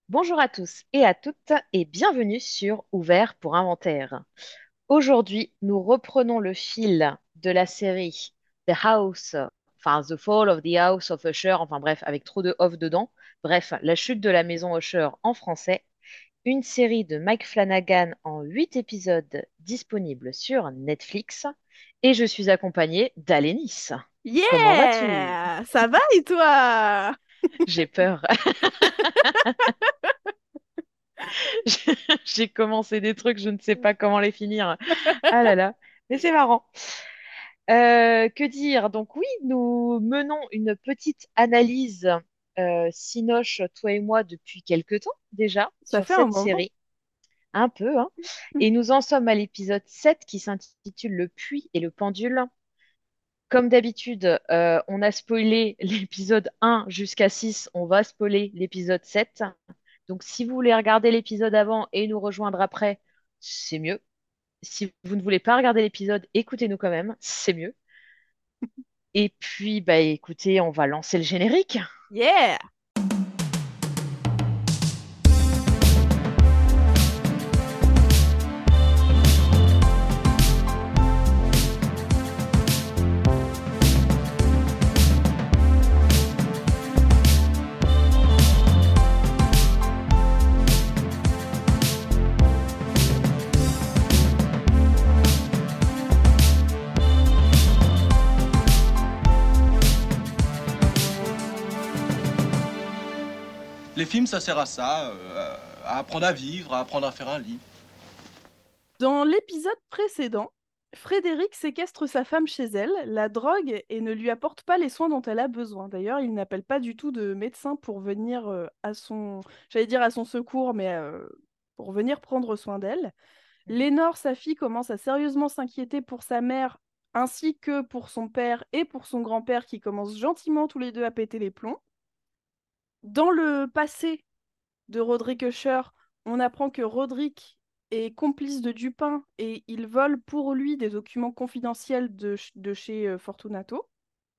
Bonjour à tous et à toutes et bienvenue sur Ouvert pour Inventaire. Aujourd'hui, nous reprenons le fil de la série The Fall of the House of Usher, enfin bref, avec trop de off dedans. Bref, la chute de la maison Usher en français. Une série de Mike Flanagan en 8 épisodes disponibles sur Netflix. Et je suis accompagnée d'Alénis. Comment vas-tu? Yeah! Ça va et toi? J'ai peur. J'ai commencé des trucs, je ne sais pas comment les finir. Ah là là, mais c'est marrant. Que dire? Donc oui, nous menons une petite analyse Cinoche, toi et moi, depuis quelque temps déjà Ça sur fait un cette moment. série. Un peu, hein. Et nous en sommes à l'épisode 7 qui s'intitule Le puits et le pendule. Comme d'habitude, on a spoilé l'épisode 1 jusqu'à 6. On va spoiler l'épisode 7. Donc si vous voulez regarder l'épisode avant et nous rejoindre après, c'est mieux. Si vous ne voulez pas regarder l'épisode, écoutez-nous quand même, c'est mieux. Et puis, bah écoutez, on va lancer le générique. Yeah! Les films, ça sert à ça, à apprendre à vivre, à apprendre à faire un lit. Dans l'épisode précédent, Frédéric séquestre sa femme chez elle, la drogue et ne lui apporte pas les soins dont elle a besoin. D'ailleurs, il n'appelle pas du tout de médecin pour venir à son, j'allais dire à son secours, mais pour venir prendre soin d'elle. Lénore, sa fille, commence à sérieusement s'inquiéter pour sa mère, ainsi que pour son père et pour son grand-père qui commencent gentiment tous les deux à péter les plombs. Dans le passé de Roderick Usher, on apprend que Roderick est complice de Dupin et il vole pour lui des documents confidentiels de chez Fortunato.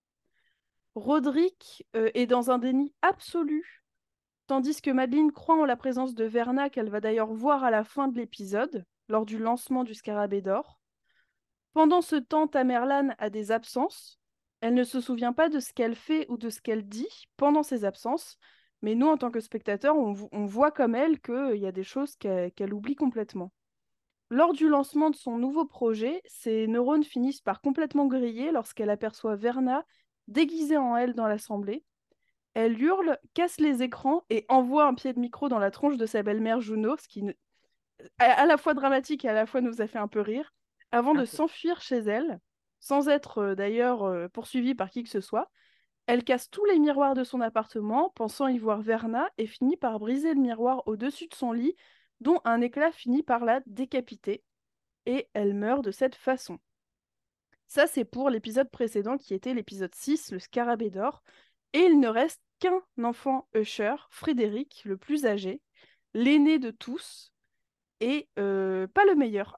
Roderick est dans un déni absolu, tandis que Madeleine croit en la présence de Verna, qu'elle va d'ailleurs voir à la fin de l'épisode, lors du lancement du Scarabée d'Or. Pendant ce temps, Tamerlan a des absences. Elle ne se souvient pas de ce qu'elle fait ou de ce qu'elle dit pendant ses absences, mais nous, en tant que spectateurs, on voit comme elle qu'il y a des choses qu'elle oublie complètement. Lors du lancement de son nouveau projet, ses neurones finissent par complètement griller lorsqu'elle aperçoit Verna déguisée en elle dans l'assemblée. Elle hurle, casse les écrans et envoie un pied de micro dans la tronche de sa belle-mère Juno, ce qui à la fois dramatique et à la fois nous a fait un peu rire, avant Un de peu. s'enfuir chez elle, sans être d'ailleurs poursuivie par qui que ce soit. Elle casse tous les miroirs de son appartement, pensant y voir Verna, et finit par briser le miroir au-dessus de son lit, dont un éclat finit par la décapiter, et elle meurt de cette façon. Ça, c'est pour l'épisode précédent qui était l'épisode 6, le Scarabée d'Or, et il ne reste qu'un enfant Usher, Frédéric, le plus âgé, l'aîné de tous, et pas le meilleur.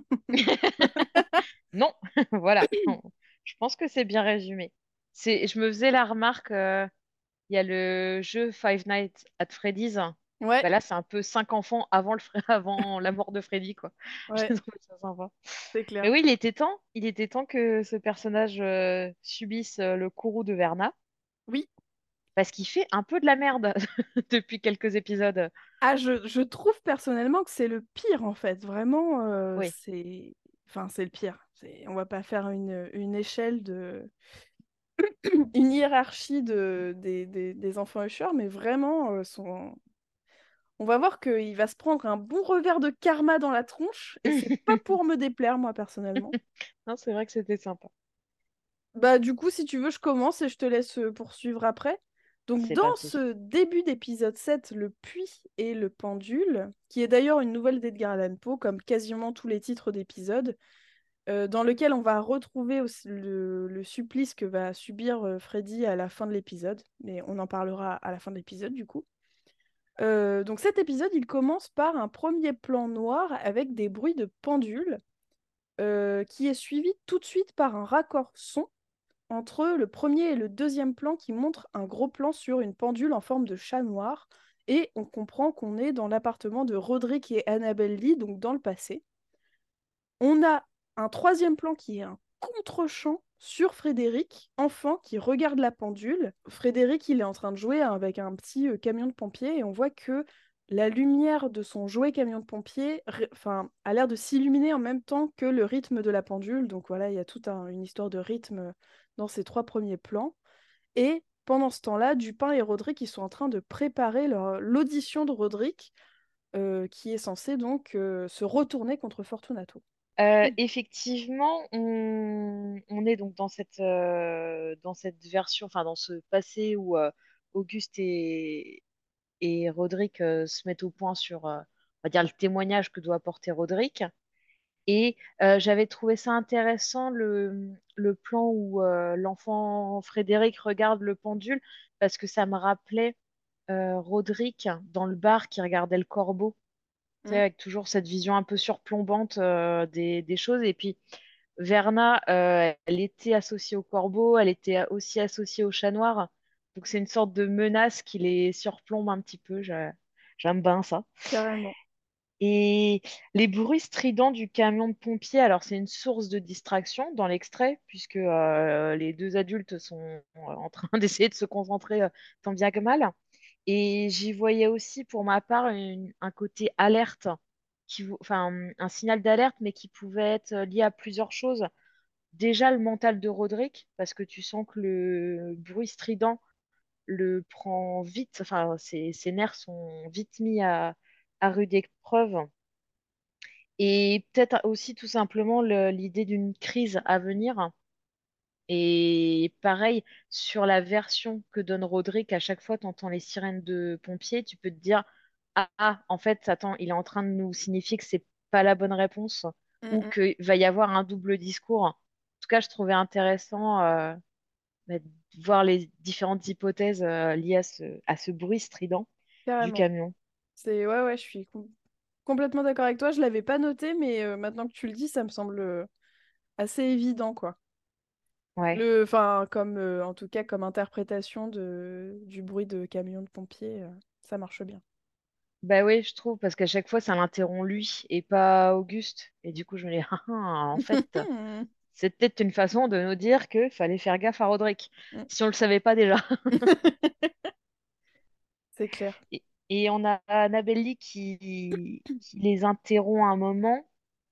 Non, voilà. Je pense que c'est bien résumé. Je me faisais la remarque, il y a le jeu Five Nights at Freddy's. Ouais, Bah là, c'est un peu cinq enfants avant avant la mort de Freddy, quoi. ouais, J'ai trouvé ça sympa. c'est Mais clair. oui, il était temps que ce personnage subisse le courroux de Verna, Oui. parce qu'il fait un peu de la merde depuis quelques épisodes. Ah, je trouve personnellement que c'est le pire en fait. Vraiment, Oui. c'est. Enfin, c'est le pire. On va pas faire une échelle de. Une hiérarchie des enfants Usher, mais vraiment, on va voir qu'il va se prendre un bon revers de karma dans la tronche, et c'est pas pour me déplaire, moi, personnellement. Non, c'est vrai que c'était sympa. Bah, du coup, si tu veux, je commence et je te laisse poursuivre après. Donc, C'est dans parti. ce début d'épisode 7, le puits et le pendule, qui est d'ailleurs une nouvelle d'Edgar Allan Poe, comme quasiment tous les titres d'épisodes, dans lequel on va retrouver aussi le supplice que va subir Freddy à la fin de l'épisode. Mais on en parlera à la fin de l'épisode, du coup. Donc, cet épisode, il commence par un premier plan noir avec des bruits de pendule, qui est suivi tout de suite par un raccord son entre le premier et le deuxième plan qui montre un gros plan sur une pendule en forme de chat noir et on comprend qu'on est dans l'appartement de Roderick et Annabelle Lee, donc dans le passé. On a un troisième plan qui est un contre-champ sur Frédéric, enfant qui regarde la pendule. Frédéric, il est en train de jouer avec un petit camion de pompier et on voit que la lumière de son jouet camion de pompier a l'air de s'illuminer en même temps que le rythme de la pendule. Donc voilà, il y a toute une histoire de rythme dans ces trois premiers plans. Et pendant ce temps-là, Dupin et Roderick, ils sont en train de préparer l'audition de Roderick, qui est censé donc se retourner contre Fortunato. Effectivement, on est donc dans cette version, enfin dans ce passé où Auguste et Roderick se mettent au point sur, on va dire, le témoignage que doit apporter Roderick. Et j'avais trouvé ça intéressant, le plan où l'enfant Frédéric regarde le pendule, parce que ça me rappelait Roderick dans le bar qui regardait le corbeau, tu sais, Mm, avec toujours cette vision un peu surplombante des choses. Et puis, Verna, elle était associée au corbeau, elle était aussi associée au chat noir. Donc, c'est une sorte de menace qui les surplombe un petit peu. J'aime bien ça. carrément. Et les bruits stridents du camion de pompiers, alors c'est une source de distraction dans l'extrait, puisque les deux adultes sont en train d'essayer de se concentrer tant bien que mal. Et j'y voyais aussi, pour ma part, un côté alerte, enfin un signal d'alerte, mais qui pouvait être lié à plusieurs choses. Déjà, le mental de Roderick, parce que tu sens que le bruit strident le prend vite, enfin ses nerfs sont vite mis à rude épreuve. Et peut-être aussi tout simplement l'idée d'une crise à venir. Et pareil, sur la version que donne Roderick, à chaque fois tu entends les sirènes de pompiers, tu peux te dire, en fait, attends, il est en train de nous signifier que c'est pas la bonne réponse Mm, ou mm, qu'il va y avoir un double discours. En tout cas, je trouvais intéressant de voir les différentes hypothèses liées à ce bruit strident du carrément. camion. Ouais, ouais, je suis complètement d'accord avec toi. Je l'avais pas noté, mais maintenant que tu le dis, ça me semble assez évident, quoi. Ouais. Comme, en tout cas, comme interprétation du bruit de camion de pompiers, ça marche bien. Bah oui, je trouve, parce qu'à chaque fois, ça l'interrompt lui et pas Auguste. Et du coup, je me dis, en fait, c'est peut-être une façon de nous dire qu'il fallait faire gaffe à Roderick, si on le savait pas déjà. C'est clair. Et on a Annabelle Lee qui les interrompt un moment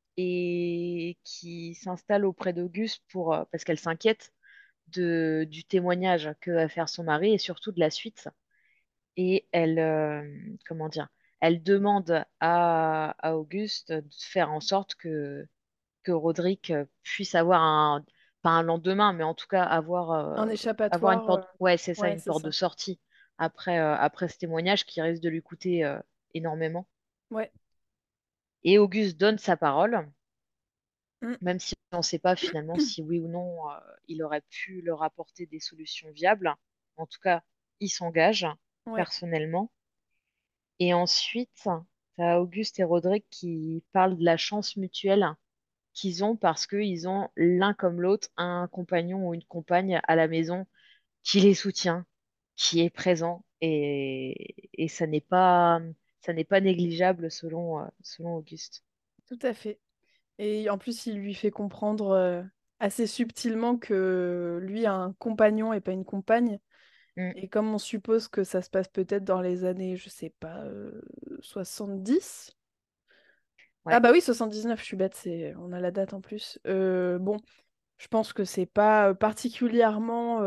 et qui s'installe auprès d'Auguste parce qu'elle s'inquiète du témoignage que va faire son mari et surtout de la suite. Et comment dire, elle demande à Auguste de faire en sorte que Roderick puisse avoir pas un lendemain, mais en tout cas Un avoir une échappatoire, porte, ouais, c'est ça, ouais, une c'est porte de ça. sortie après ce témoignage qui risque de lui coûter énormément. Ouais. Et Auguste donne sa parole, Mm. même si on ne sait pas finalement si oui ou non il aurait pu leur apporter des solutions viables. En tout cas, il s'engage Ouais. personnellement. Et ensuite, tu as Auguste et Roderick qui parlent de la chance mutuelle qu'ils ont parce qu'ils ont l'un comme l'autre un compagnon ou une compagne à la maison qui les soutient, qui est présent. Et ça n'est pas négligeable selon Auguste. Tout à fait. Et en plus, il lui fait comprendre assez subtilement que lui a un compagnon et pas une compagne. Mm, Et comme on suppose que ça se passe peut-être dans les années, je sais pas, 70. Ah ouais, bah oui, 79, je suis bête, on a la date en plus. Bon, je pense que c'est pas particulièrement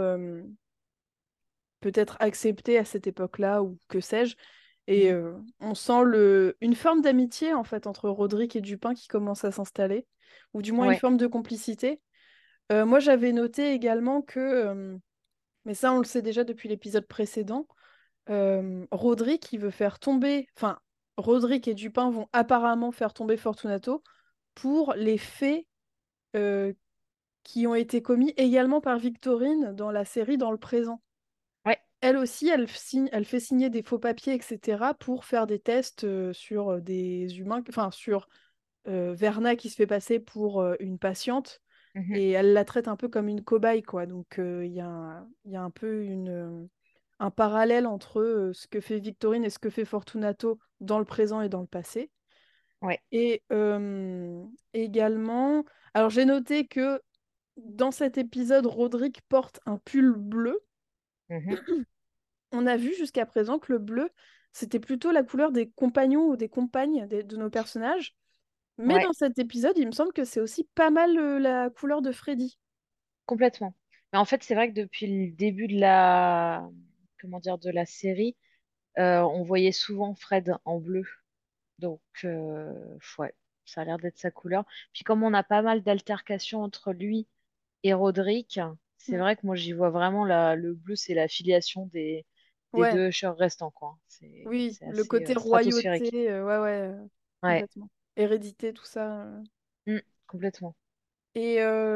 peut-être accepté à cette époque-là, ou que sais-je. Et mm, on sent une forme d'amitié en fait entre Roderick et Dupin qui commence à s'installer, ou du moins une ouais, forme de complicité. Moi j'avais noté également que, mais ça on le sait déjà depuis l'épisode précédent, Roderick il veut faire tomber, enfin Roderick et Dupin vont apparemment faire tomber Fortunato pour les faits euh, qui ont été commis également par Victorine dans la série dans le présent. ouais, Elle aussi, elle fait signer des faux papiers, etc., pour faire des tests sur des humains, enfin sur Verna qui se fait passer pour une patiente, mhm, et elle la traite un peu comme une cobaye, quoi. Donc il y a un peu un parallèle entre ce que fait Victorine et ce que fait Fortunato dans le présent et dans le passé. Ouais. Et également, alors j'ai noté que dans cet épisode, Roderick porte un pull bleu. Mhm. On a vu jusqu'à présent que le bleu, c'était plutôt la couleur des compagnons ou des compagnes de nos personnages. Mais Ouais, dans cet épisode, il me semble que c'est aussi pas mal la couleur de Freddy. complètement. Mais en fait, c'est vrai que depuis le début de la, comment dire, de la série, on voyait souvent Fred en bleu. Donc, ouais, ça a l'air d'être sa couleur. Puis comme on a pas mal d'altercations entre lui et Roderick, c'est Mm. vrai que moi j'y vois vraiment le bleu, c'est la filiation des Ouais, deux ushers restants, quoi. oui, C'est le assez côté royauté, stratosphérique. ouais, ouais, Ouais. complètement. Hérédité, tout ça. Mm, complètement. Et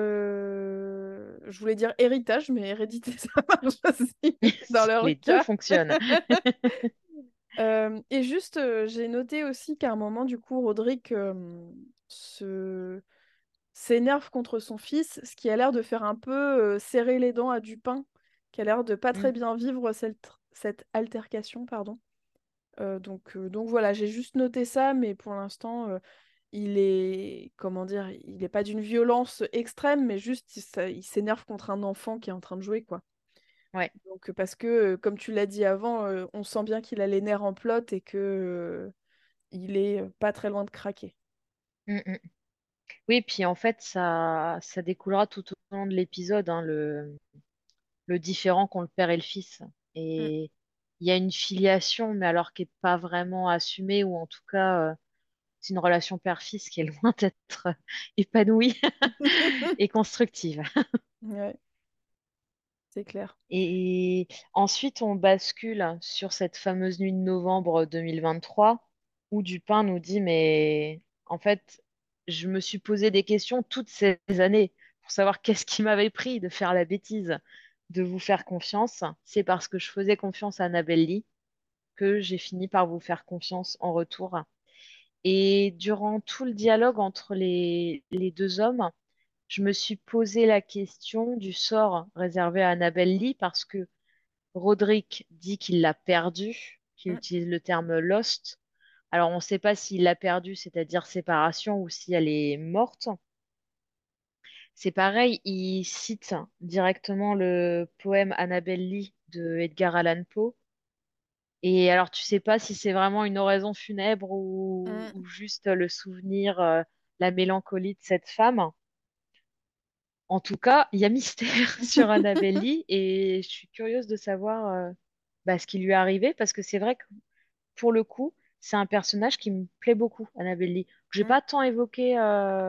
je voulais dire héritage, mais hérédité, ça marche aussi dans leur Les deux cas. fonctionnent. Et juste, j'ai noté aussi qu'à un moment, du coup, Roderick se s'énerve contre son fils, ce qui a l'air de faire un peu serrer les dents à Dupin, qui a l'air de pas Mm, très bien vivre cette altercation, pardon. Donc voilà, j'ai juste noté ça, mais pour l'instant, il est, comment dire, il est pas d'une violence extrême, mais juste il s'énerve contre un enfant qui est en train de jouer, quoi. ouais. Donc parce que, comme tu l'as dit avant, on sent bien qu'il a les nerfs en plot et que il est pas très loin de craquer. Mm, mm. Oui, puis en fait, ça découlera tout au long de l'épisode, hein, le différent qu'ont le père et le fils. Mm. Et il y a une filiation, mais alors qui n'est pas vraiment assumée, ou en tout cas, c'est une relation père-fils qui est loin d'être épanouie et constructive. Ouais, c'est clair. Et ensuite, on bascule sur cette fameuse nuit de novembre 2023, où Dupin nous dit, mais en fait, je me suis posé des questions toutes ces années pour savoir qu'est-ce qui m'avait pris de faire la bêtise de vous faire confiance. C'est parce que je faisais confiance à Annabelle Lee que j'ai fini par vous faire confiance en retour. Et durant tout le dialogue entre les deux hommes, je me suis posé la question du sort réservé à Annabelle Lee parce que Roderick dit qu'il l'a perdu, qu'il Mm. utilise le terme lost. Alors, on ne sait pas s'il l'a perdu, c'est-à-dire séparation, ou si elle est morte. C'est pareil, il cite directement le poème Annabel Lee de Edgar Allan Poe. Et alors, tu sais pas si c'est vraiment une oraison funèbre Mm. ou juste le souvenir, la mélancolie de cette femme. En tout cas, il y a mystère sur Annabel Lee et je suis curieuse de savoir ce qui lui est arrivé parce que c'est vrai que pour le coup, c'est un personnage qui me plaît beaucoup, Annabelle Lee. J'ai Mm. pas tant évoqué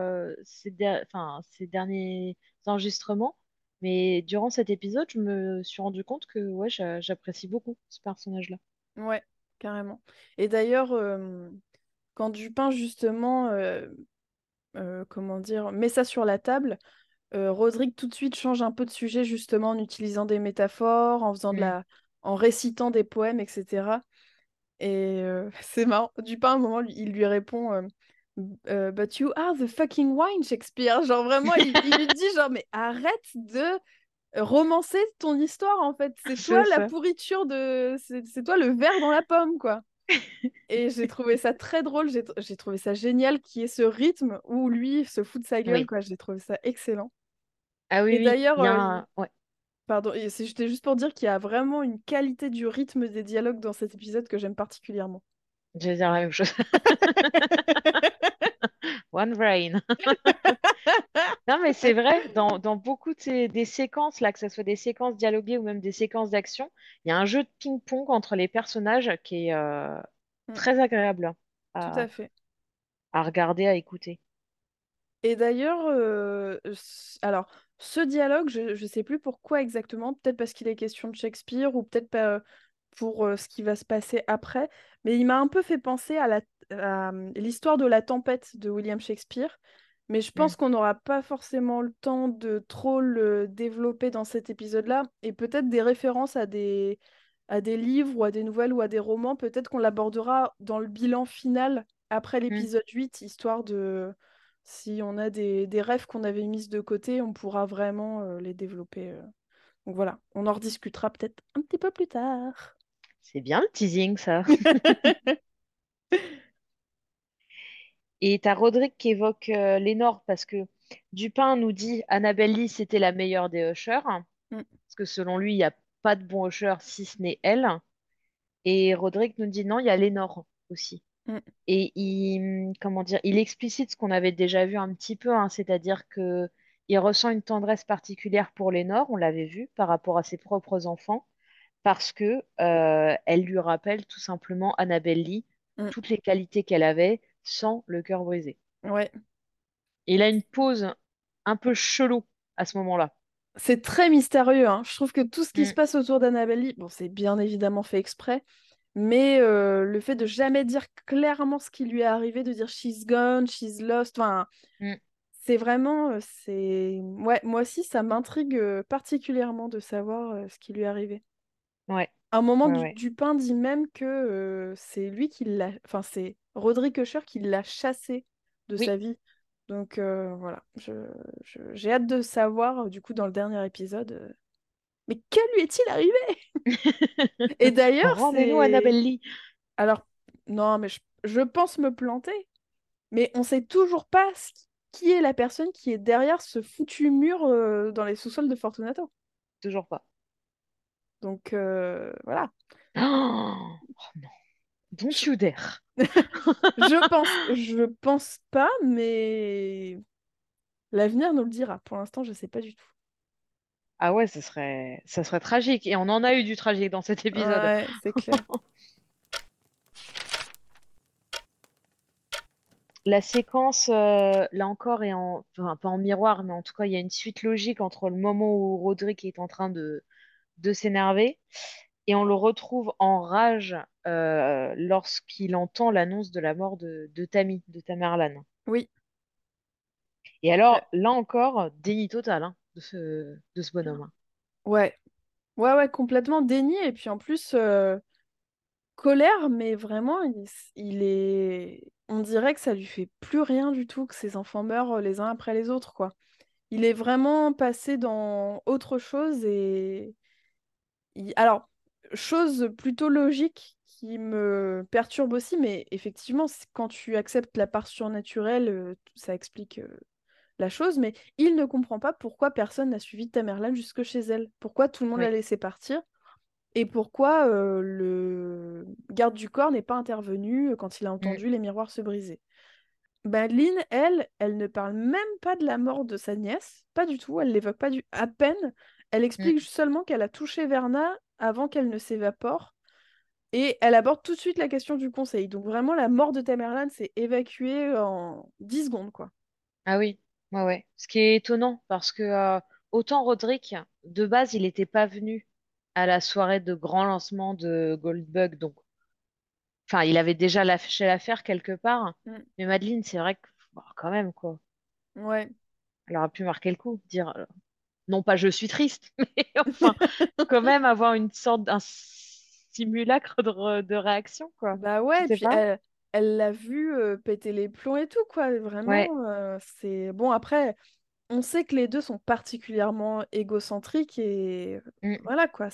ces derniers enregistrements, mais durant cet épisode, je me suis rendu compte que ouais, j'apprécie beaucoup ce personnage-là. Ouais, carrément. Et d'ailleurs, quand Dupin, justement, comment dire, met ça sur la table, Roderick tout de suite change un peu de sujet, justement, en utilisant des métaphores, Mm. en récitant des poèmes, etc. Et c'est marrant. Dupin, à un moment, il lui répond But you are the fucking wine, Shakespeare. Genre vraiment, il lui dit genre, mais arrête de romancer ton histoire, en fait. C'est toi C'est la ça. pourriture de. C'est toi le verre dans la pomme, quoi. Et j'ai trouvé ça très drôle, j'ai trouvé ça génial qu'il y ait ce rythme où lui se fout de sa gueule, Oui. quoi. J'ai trouvé ça excellent. Ah oui, Et oui. d'ailleurs, Il y a un... Ouais, pardon, c'était juste pour dire qu'il y a vraiment une qualité du rythme des dialogues dans cet épisode que j'aime particulièrement. je vais dire la même chose. One brain. Non, mais c'est vrai, dans beaucoup des séquences, là, que ce soit des séquences dialoguées ou même des séquences d'action, il y a un jeu de ping-pong entre les personnages qui est Mm, très agréable tout à à, fait. à regarder, à écouter. Et d'ailleurs, alors, ce dialogue, je ne sais plus pourquoi exactement, peut-être parce qu'il est question de Shakespeare ou peut-être pas pour ce qui va se passer après, mais il m'a un peu fait penser à l'histoire de la tempête de William Shakespeare, mais je pense Mm, qu'on n'aura pas forcément le temps de trop le développer dans cet épisode-là, et peut-être des références à des livres ou à des nouvelles ou à des romans, peut-être qu'on l'abordera dans le bilan final après mm. l'épisode 8, histoire de si on a des rêves qu'on avait mis de côté, on pourra vraiment les développer. Donc voilà, on en rediscutera peut-être un petit peu plus tard. C'est bien le teasing, ça. Et t'as Roderick qui évoque Lénore parce que Dupin nous dit Annabelle Lee, c'était la meilleure des ushers. Mm, Parce que selon lui, il n'y a pas de bon usher si ce n'est elle. Et Roderick nous dit non, il y a Lénore aussi. mm. Et comment dire, il explicite ce qu'on avait déjà vu un petit peu, hein, c'est-à-dire que il ressent une tendresse particulière pour Lénore, on l'avait vu par rapport à ses propres enfants, parce que elle lui rappelle tout simplement Annabelle Lee, Mm. toutes les qualités qu'elle avait sans le cœur brisé. Ouais, Et il a une pause un peu chelou à ce moment-là. c'est très mystérieux, hein. Je trouve que tout ce qui se Mm, passe autour d'Annabelle Lee, bon, c'est bien évidemment fait exprès, mais le fait de jamais dire clairement ce qui lui est arrivé, de dire she's gone, she's lost, enfin, mm, c'est vraiment, c'est... Ouais, moi aussi, ça m'intrigue particulièrement de savoir ce qui lui est arrivé. ouais, À un moment, ouais, ouais. Dupin dit même que c'est lui qui l'a... Enfin, c'est Roderick Usher qui l'a chassé de sa Oui, vie. Donc voilà, j'ai hâte de savoir, du coup, dans le dernier épisode, mais que lui est-il arrivé? Et d'ailleurs, rendez-nous c'est... Annabelle Lee. Alors, non, mais je pense me planter, mais on sait toujours pas qui est la personne qui est derrière ce foutu mur dans les sous-sols de Fortunato. Toujours pas. Donc voilà. Oh, non, don't Je, you dare. je pense pas, mais l'avenir nous le dira. Pour l'instant, je sais pas du tout. Ah ouais, ça serait tragique. Et on en a eu du tragique dans cet épisode. Ouais, c'est clair. La séquence, là encore, est enfin, pas en miroir, mais en tout cas, il y a une suite logique entre le moment où Roderick est en train de s'énerver et on le retrouve en rage lorsqu'il entend l'annonce de la mort de Tammy, de Tamerlan. Oui. Et Ouais. alors, là encore, déni total hein, de ce bonhomme. Hein. Ouais, ouais, ouais, complètement déni. Et puis en plus, colère, mais vraiment, il est... On dirait que ça lui fait plus rien du tout, que ses enfants meurent les uns après les autres, quoi. Il est vraiment passé dans autre chose et... Alors, chose plutôt logique qui me perturbe aussi, mais effectivement, quand tu acceptes la part surnaturelle, ça explique la chose, mais il ne comprend pas pourquoi personne n'a suivi Tamerlane jusque chez elle. Pourquoi tout le monde l'a Oui. laissé partir et pourquoi le garde du corps n'est pas intervenu quand il a Mm, entendu les miroirs se briser. Lynn, elle ne parle même pas de la mort de sa nièce, pas du tout, elle l'évoque pas à peine. Elle mm. explique seulement qu'elle a touché Verna avant qu'elle ne s'évapore et elle aborde tout de suite la question du conseil. Donc vraiment, la mort de Tamerlane s'est évacuée en 10 secondes, quoi. Ah oui, ouais, ouais. Ce qui est étonnant, parce que autant Roderick, de base, il n'était pas venu à la soirée de grand lancement de Goldbug, donc, enfin, il avait déjà lâché l'affaire quelque part. Mm. Mais Madeleine, c'est vrai que, bon, quand même, quoi. Ouais. Elle aurait pu marquer le coup, dire, non pas je suis triste, mais enfin, quand même avoir une sorte d'un simulacre de réaction, quoi. Bah Je ouais, et sais puis pas. elle l'a vu péter les plombs et tout, quoi. Ouais. Vraiment, c'est... Bon, après, on sait que les deux sont particulièrement égocentriques et Mm. voilà, quoi.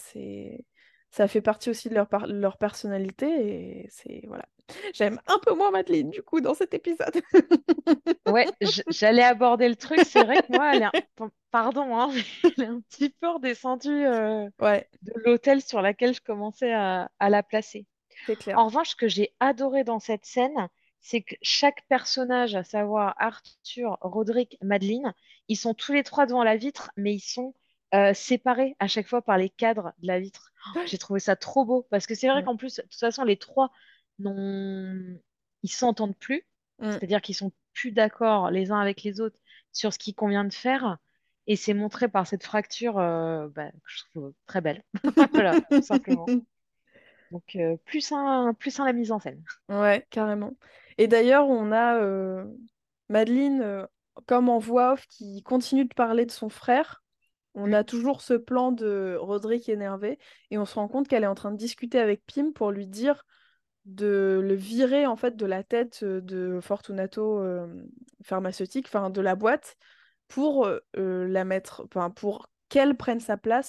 Ça fait partie aussi de leur personnalité et c'est... Voilà. J'aime un peu moins Madeleine, du coup, dans cet épisode. Ouais, j'allais aborder le truc. C'est vrai que moi, pardon, hein, mais elle est un petit peu redescendue Ouais, de l'hôtel sur laquelle je commençais à la placer. c'est clair. En revanche, ce que j'ai adoré dans cette scène, c'est que chaque personnage, à savoir Arthur, Roderick, Madeleine, ils sont tous les trois devant la vitre, mais ils sont séparés à chaque fois par les cadres de la vitre. Oh, j'ai trouvé ça trop beau parce que c'est vrai Mm, qu'en plus, de toute façon, les trois n'ont, ils s'entendent plus, mm. c'est-à-dire qu'ils sont plus d'accord les uns avec les autres sur ce qu'il convient de faire, et c'est montré par cette fracture bah, que je trouve très belle. Voilà, tout simplement. Donc, plus un la mise en scène. Ouais, carrément. Et d'ailleurs, on a Madeleine, comme en voix off, qui continue de parler de son frère. On Mm, a toujours ce plan de Roderick énervé et on se rend compte qu'elle est en train de discuter avec Pym pour lui dire de le virer en fait de la tête de Fortunato pharmaceutique, enfin de la boîte, pour la mettre, enfin pour qu'elle prenne sa place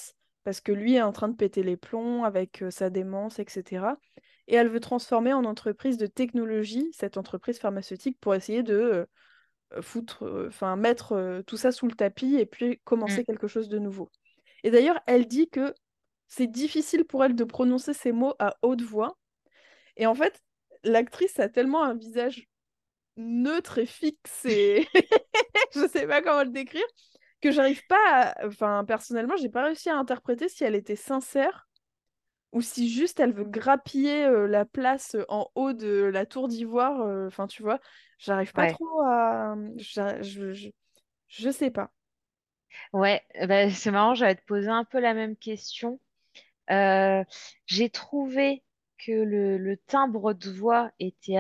parce que lui est en train de péter les plombs avec sa démence, etc. Et elle veut transformer en entreprise de technologie cette entreprise pharmaceutique pour essayer de enfin mettre tout ça sous le tapis et puis Mm. commencer quelque chose de nouveau. Et d'ailleurs, elle dit que c'est difficile pour elle de prononcer ces mots à haute voix. Et en fait, l'actrice a tellement un visage neutre et fixe et je sais pas comment le décrire, que j'arrive pas Enfin, personnellement, j'ai pas réussi à interpréter si elle était sincère ou si juste elle veut grappiller la place en haut de la tour d'ivoire. Enfin, tu vois, j'arrive pas Ouais. trop à... je sais pas. Ouais, bah, c'est marrant, j'allais te poser un peu la même question. Euh, j'ai trouvé que le timbre de voix était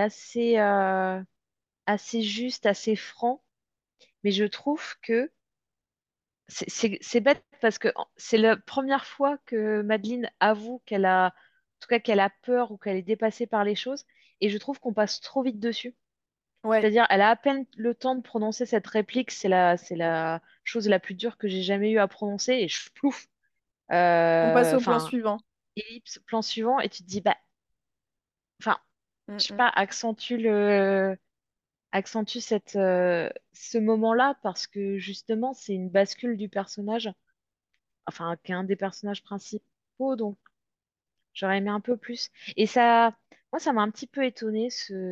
assez juste, assez franc, mais je trouve que c'est bête parce que c'est la première fois que Madeleine avoue en tout cas qu'elle a peur ou qu'elle est dépassée par les choses, et je trouve qu'on passe trop vite dessus. Ouais, C'est-à-dire, elle a à peine le temps de prononcer cette réplique, c'est la chose la plus dure que j'ai jamais eu à prononcer, et je plouf. on passe au plan Enfin, suivant. ellipse, plan suivant, et tu te dis, bah, enfin, Mm, je sais mm. pas, accentue ce moment-là parce que justement, c'est une bascule du personnage, enfin, qui est un des personnages principaux, donc j'aurais aimé un peu plus. Et ça, moi, ça m'a un petit peu étonné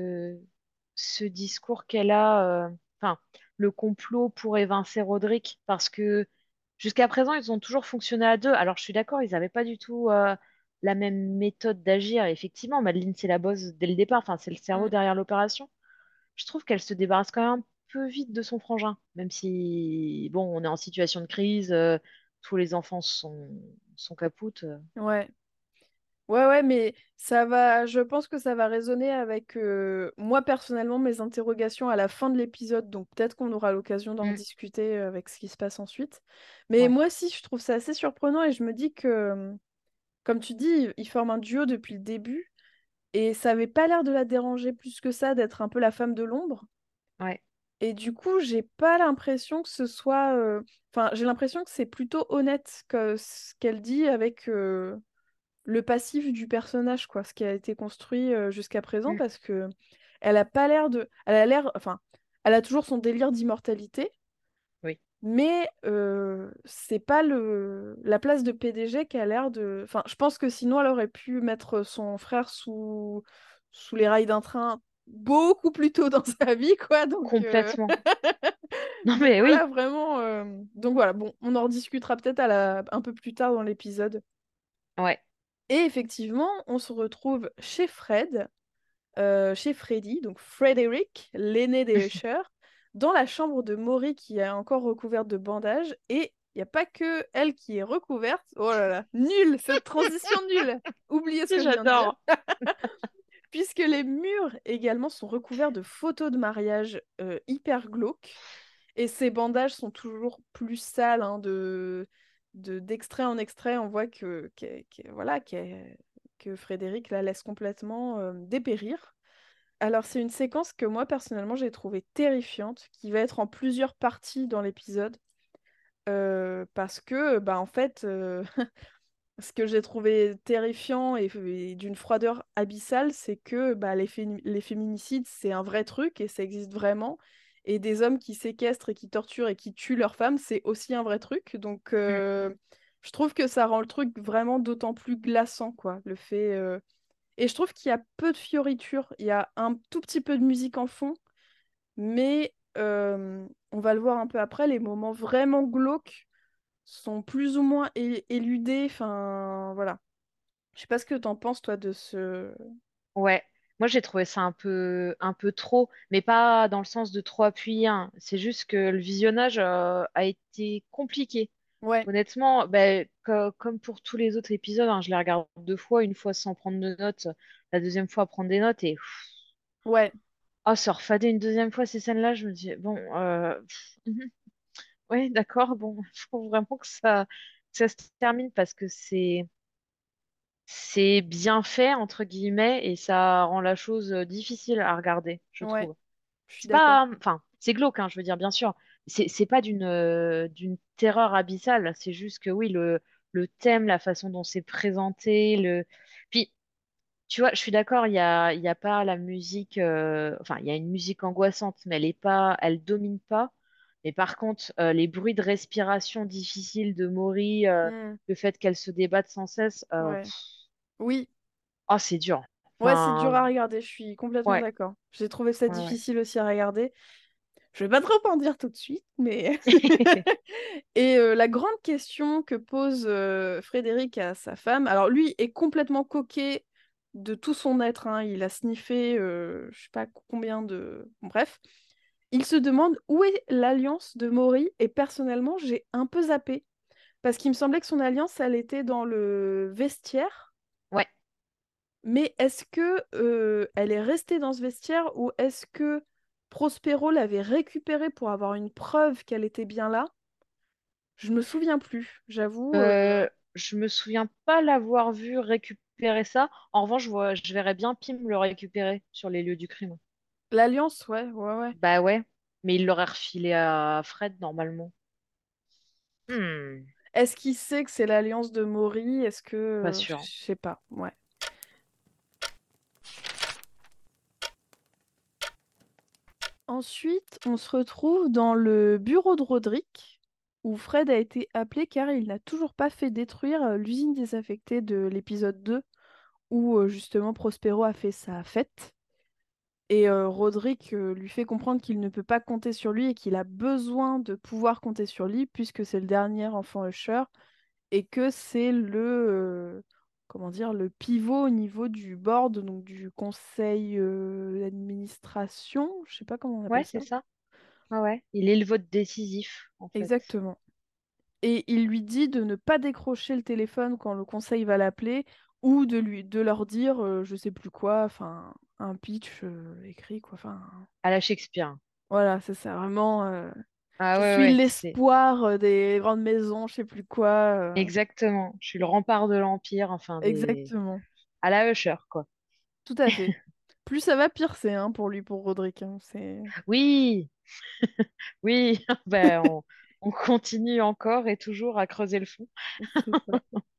ce discours qu'elle a, enfin, le complot pour évincer Roderick, parce que jusqu'à présent, ils ont toujours fonctionné à deux. Alors, je suis d'accord, ils n'avaient pas du tout la même méthode d'agir. Effectivement, Madeleine, c'est la boss dès le départ, enfin, c'est le cerveau Mm. derrière l'opération. Je trouve qu'elle se débarrasse quand même un peu vite de son frangin, même si, bon, on est en situation de crise, tous les enfants sont capoutes. Ouais. Ouais, ouais, mais ça va, je pense que ça va résonner avec moi personnellement mes interrogations à la fin de l'épisode, donc peut-être qu'on aura l'occasion d'en Mm, discuter avec ce qui se passe ensuite. Mais ouais, moi aussi, je trouve ça assez surprenant et je me dis que, comme tu dis, ils forment un duo depuis le début et ça avait pas l'air de la déranger plus que ça d'être un peu la femme de l'ombre. ouais. Et du coup, j'ai pas l'impression que ce soit. Enfin, j'ai l'impression que c'est plutôt honnête que ce qu'elle dit avec le passif du personnage, quoi, ce qui a été construit jusqu'à présent, Mm, parce que elle a pas l'air de. Elle a l'air. Enfin, elle a toujours son délire d'immortalité, oui. mais c'est pas la place de PDG qui a l'air de. Enfin, je pense que sinon, elle aurait pu mettre son frère sous les rails d'un train beaucoup plus tôt dans sa vie, quoi. Complètement. Non Donc mais voilà, oui, vraiment. Donc voilà, bon, on en rediscutera peut-être un peu plus tard dans l'épisode. ouais. Et effectivement, on se retrouve chez Fred, chez Freddy, donc Frederick, l'aîné des Usher, dans la chambre de Maury qui est encore recouverte de bandages. Et il n'y a pas que elle qui est recouverte. Oh là là, nul, cette transition nulle. Oubliez ce que je viens de dire. J'adore. Puisque les murs également sont recouverts de photos de mariage hyper glauques. Et ces bandages sont toujours plus sales, hein, d'extrait en extrait. On voit voilà, que Frédéric la laisse complètement dépérir. Alors, c'est une séquence que moi, personnellement, j'ai trouvée terrifiante, qui va être en plusieurs parties dans l'épisode. Parce que, bah, en fait, ce que j'ai trouvé terrifiant et d'une froideur abyssale, c'est que bah, les féminicides, c'est un vrai truc et ça existe vraiment. Et des hommes qui séquestrent et qui torturent et qui tuent leurs femmes, c'est aussi un vrai truc. Donc, Mm. je trouve que ça rend le truc vraiment d'autant plus glaçant, quoi. Le fait. Et je trouve qu'il y a peu de fioritures. Il y a un tout petit peu de musique en fond, mais on va le voir un peu après, les moments vraiment glauques sont plus ou moins éludés. Enfin, voilà. Je sais pas ce que t'en penses, toi, de ce... Ouais. Moi, j'ai trouvé ça un peu trop, mais pas dans le sens de trop appuyé, hein. C'est juste que le visionnage a été compliqué. Ouais, Honnêtement, ben, comme pour tous les autres épisodes, hein, je les regarde deux fois, une fois sans prendre de notes, la deuxième fois prendre des notes, et ouais, oh, se refader une deuxième fois ces scènes-là, je me dis, bon, ouais, d'accord, bon, il faut vraiment que ça se termine parce que c'est bien fait, entre guillemets, et ça rend la chose difficile à regarder, je ouais, trouve. je suis C'est d'accord. pas, enfin, c'est glauque, hein, je veux dire, bien sûr. C'est pas d'une terreur abyssale, c'est juste que oui, le thème, la façon dont c'est présenté, Puis, tu vois, je suis d'accord, il y a pas la musique, enfin, il y a une musique angoissante, mais elle domine pas. Mais par contre, les bruits de respiration difficiles de Maury, Mm. le fait qu'elle se débatte sans cesse, Ouais. Oui, oh, c'est dur. ouais, c'est dur Enfin, à regarder, je suis complètement ouais, d'accord. J'ai trouvé ça ouais, ouais. difficile aussi à regarder. Je vais pas trop en dire tout de suite, mais... Et la grande question que pose Frédéric à sa femme, alors lui est complètement coquet de tout son être, hein. Il a sniffé, je sais pas combien de... Bon, bref, il se demande où est l'alliance de Maury, et personnellement, j'ai un peu zappé, parce qu'il me semblait que son alliance, elle était dans le vestiaire, Ouais. mais est-ce que elle est restée dans ce vestiaire, ou est-ce que Prospero l'avait récupérée pour avoir une preuve qu'elle était bien là? Je me souviens plus, j'avoue. Je me souviens pas l'avoir vu récupérer ça. En revanche, je verrais bien Pym le récupérer sur les lieux du crime. L'Alliance, ouais, ouais, ouais. Bah ouais, mais il l'aurait refilé à Fred normalement. Hmm, Est-ce qu'il sait que c'est l'Alliance de Maury? Est-ce que... pas je sûr. sais pas, ouais. Ensuite, on se retrouve dans le bureau de Roderick, où Fred a été appelé car il n'a toujours pas fait détruire l'usine désaffectée de l'épisode 2, où justement Prospero a fait sa fête. Et Roderick lui fait comprendre qu'il ne peut pas compter sur lui et qu'il a besoin de pouvoir compter sur lui, puisque c'est le dernier enfant Usher et que c'est comment dire, le pivot au niveau du board, donc du conseil d'administration, je sais pas comment on Ouais, appelle ça. c'est ça. Ouais, ouais. Il est le vote décisif, en fait. Exactement. Et il lui dit de ne pas décrocher le téléphone quand le conseil va l'appeler, ou de leur dire, je sais plus quoi, enfin, un pitch écrit, quoi. Enfin, À la Shakespeare. voilà, c'est ça, vraiment. Ah Je ouais, suis ouais, c'est l'espoir des grandes maisons, je sais plus quoi. exactement. Je suis le rempart de l'Empire, enfin des. Exactement. À la Usher, quoi. Tout à fait. Plus ça va, pire c'est, hein, pour lui, pour Roderick, hein. C'est... Oui, oui, ben on continue encore et toujours à creuser le fond. C'est ça.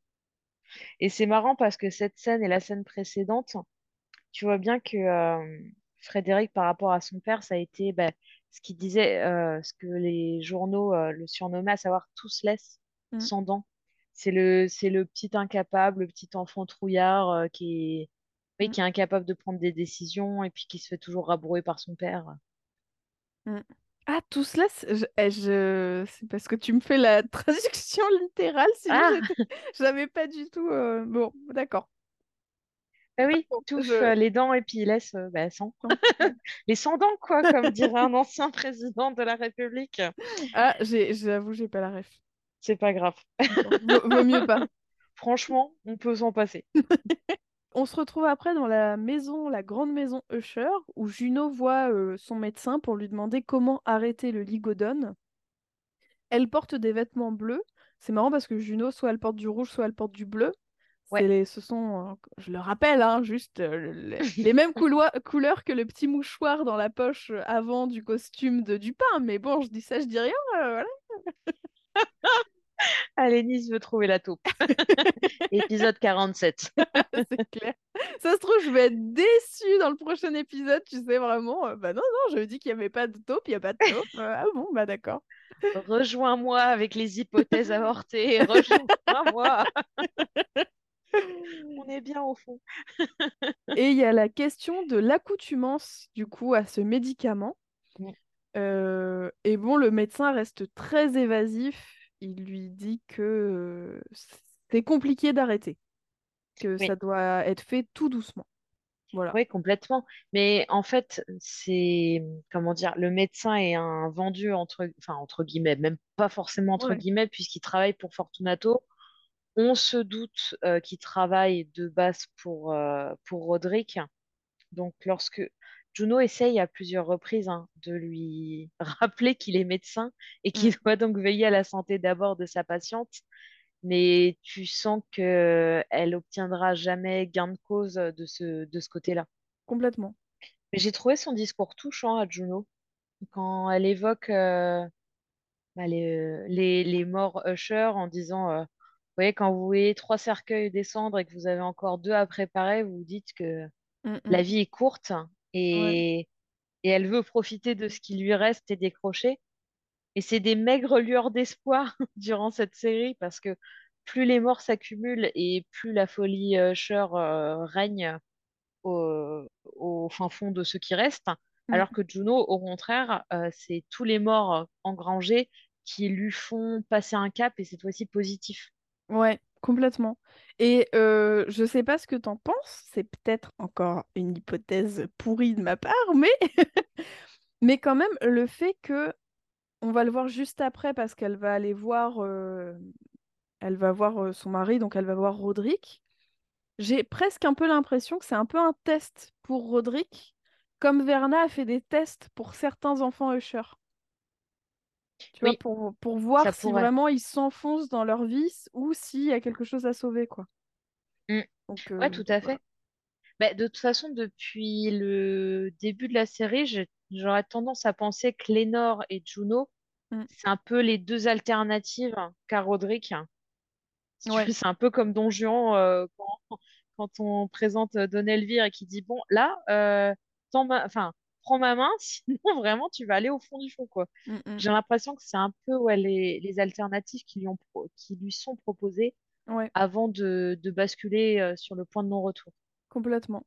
Et c'est marrant parce que cette scène et la scène précédente, tu vois bien que Frédéric, par rapport à son père, ça a été ben, ce qu'il disait, ce que les journaux le surnommaient, à savoir tout se laisse Mm, sans dents. C'est le petit incapable, le petit enfant trouillard oui, mm, qui est incapable de prendre des décisions et puis qui se fait toujours rabrouer par son père. mm. Ah, tout cela, c'est parce que tu me fais la traduction littérale, sinon Ah, j'étais... j'avais pas du tout... Bon, d'accord. bah oui, Bon, touffe les dents et puis il laisse bah, sans. non, ouais. Les sans dents, quoi, comme dirait un ancien président de la République. Ah, j'avoue, j'ai pas la ref. C'est pas grave. Bon, vaut mieux pas. Franchement, on peut s'en passer. On se retrouve après dans la maison, la grande maison Usher, où Juno voit son médecin pour lui demander comment arrêter le ligodone. Elle porte des vêtements bleus. C'est marrant parce que Juno, soit elle porte du rouge, soit elle porte du bleu. Ouais, Ce sont, je le rappelle, hein, juste les mêmes couleurs que le petit mouchoir dans la poche avant du costume de Dupin. Mais bon, je dis ça, je dis rien. Voilà. allez, Nice veut trouver la taupe. Épisode 47. C'est clair. Ça se trouve, je vais être déçue dans le prochain épisode, tu sais, vraiment. Bah non, non, je me dis qu'il n'y avait pas de taupe, il n'y a pas de taupe. Ah bon, bah d'accord. Rejoins-moi avec les hypothèses avortées. Rejoins-moi. On est bien au fond. Et il y a la question de l'accoutumance, du coup, à ce médicament. Mm. Et bon, le médecin reste très évasif. Il lui dit que c'est compliqué d'arrêter, que Oui, ça doit être fait tout doucement. Voilà. oui, complètement. Mais en fait, comment dire, le médecin est un vendu enfin, entre guillemets, même pas forcément entre Ouais. guillemets, puisqu'il travaille pour Fortunato. On se doute qu'il travaille de base pour Roderick. Donc, lorsque Juno essaye à plusieurs reprises de lui rappeler qu'il est médecin et Mm, qu'il doit donc veiller à la santé d'abord de sa patiente, mais tu sens que elle obtiendra jamais gain de cause de ce côté-là. complètement. Mais j'ai trouvé son discours touchant à Juno quand elle évoque bah, les morts Usher en disant voyez, quand vous voyez 3 cercueils descendre et que vous avez encore 2 à préparer, vous vous dites que Mm, la mm. vie est courte Ouais. et elle veut profiter de ce qui lui reste et décrocher. Et c'est des maigres lueurs d'espoir durant cette série parce que plus les morts s'accumulent et plus la folie Usher règne au fin fond de ce qui reste. Mm. Alors que Juno, au contraire, c'est tous les morts engrangés qui lui font passer un cap et cette fois-ci positif. Ouais, complètement. Et je sais pas ce que t'en penses, c'est peut-être encore une hypothèse pourrie de ma part, mais, mais quand même, le fait que on va le voir juste après parce qu'elle va aller voir, elle va voir son mari, donc elle va voir Roderick. J'ai presque un peu l'impression que c'est un peu un test pour Roderick, comme Verna a fait des tests pour certains enfants Usher. Tu vois, Oui, pour ça voir si pourrait. vraiment ils s'enfoncent dans leur vice ou s'il y a quelque chose à sauver, quoi. Mm. Ouais, tout Donc à voilà. fait. Bah, de toute façon, depuis le début de la série, j'aurais tendance à penser que Lénore et Juno, Mm. c'est un peu les deux alternatives qu'a Roderick. Si tu Ouais, veux, c'est un peu comme Don Juan quand on présente Don Elvire et qui dit, bon, là, enfin, prends ma main, sinon vraiment, tu vas aller au fond du fond, quoi. mm, mm. J'ai l'impression que c'est un peu ouais, les alternatives qui lui sont proposées Ouais, avant de basculer sur le point de non-retour. complètement.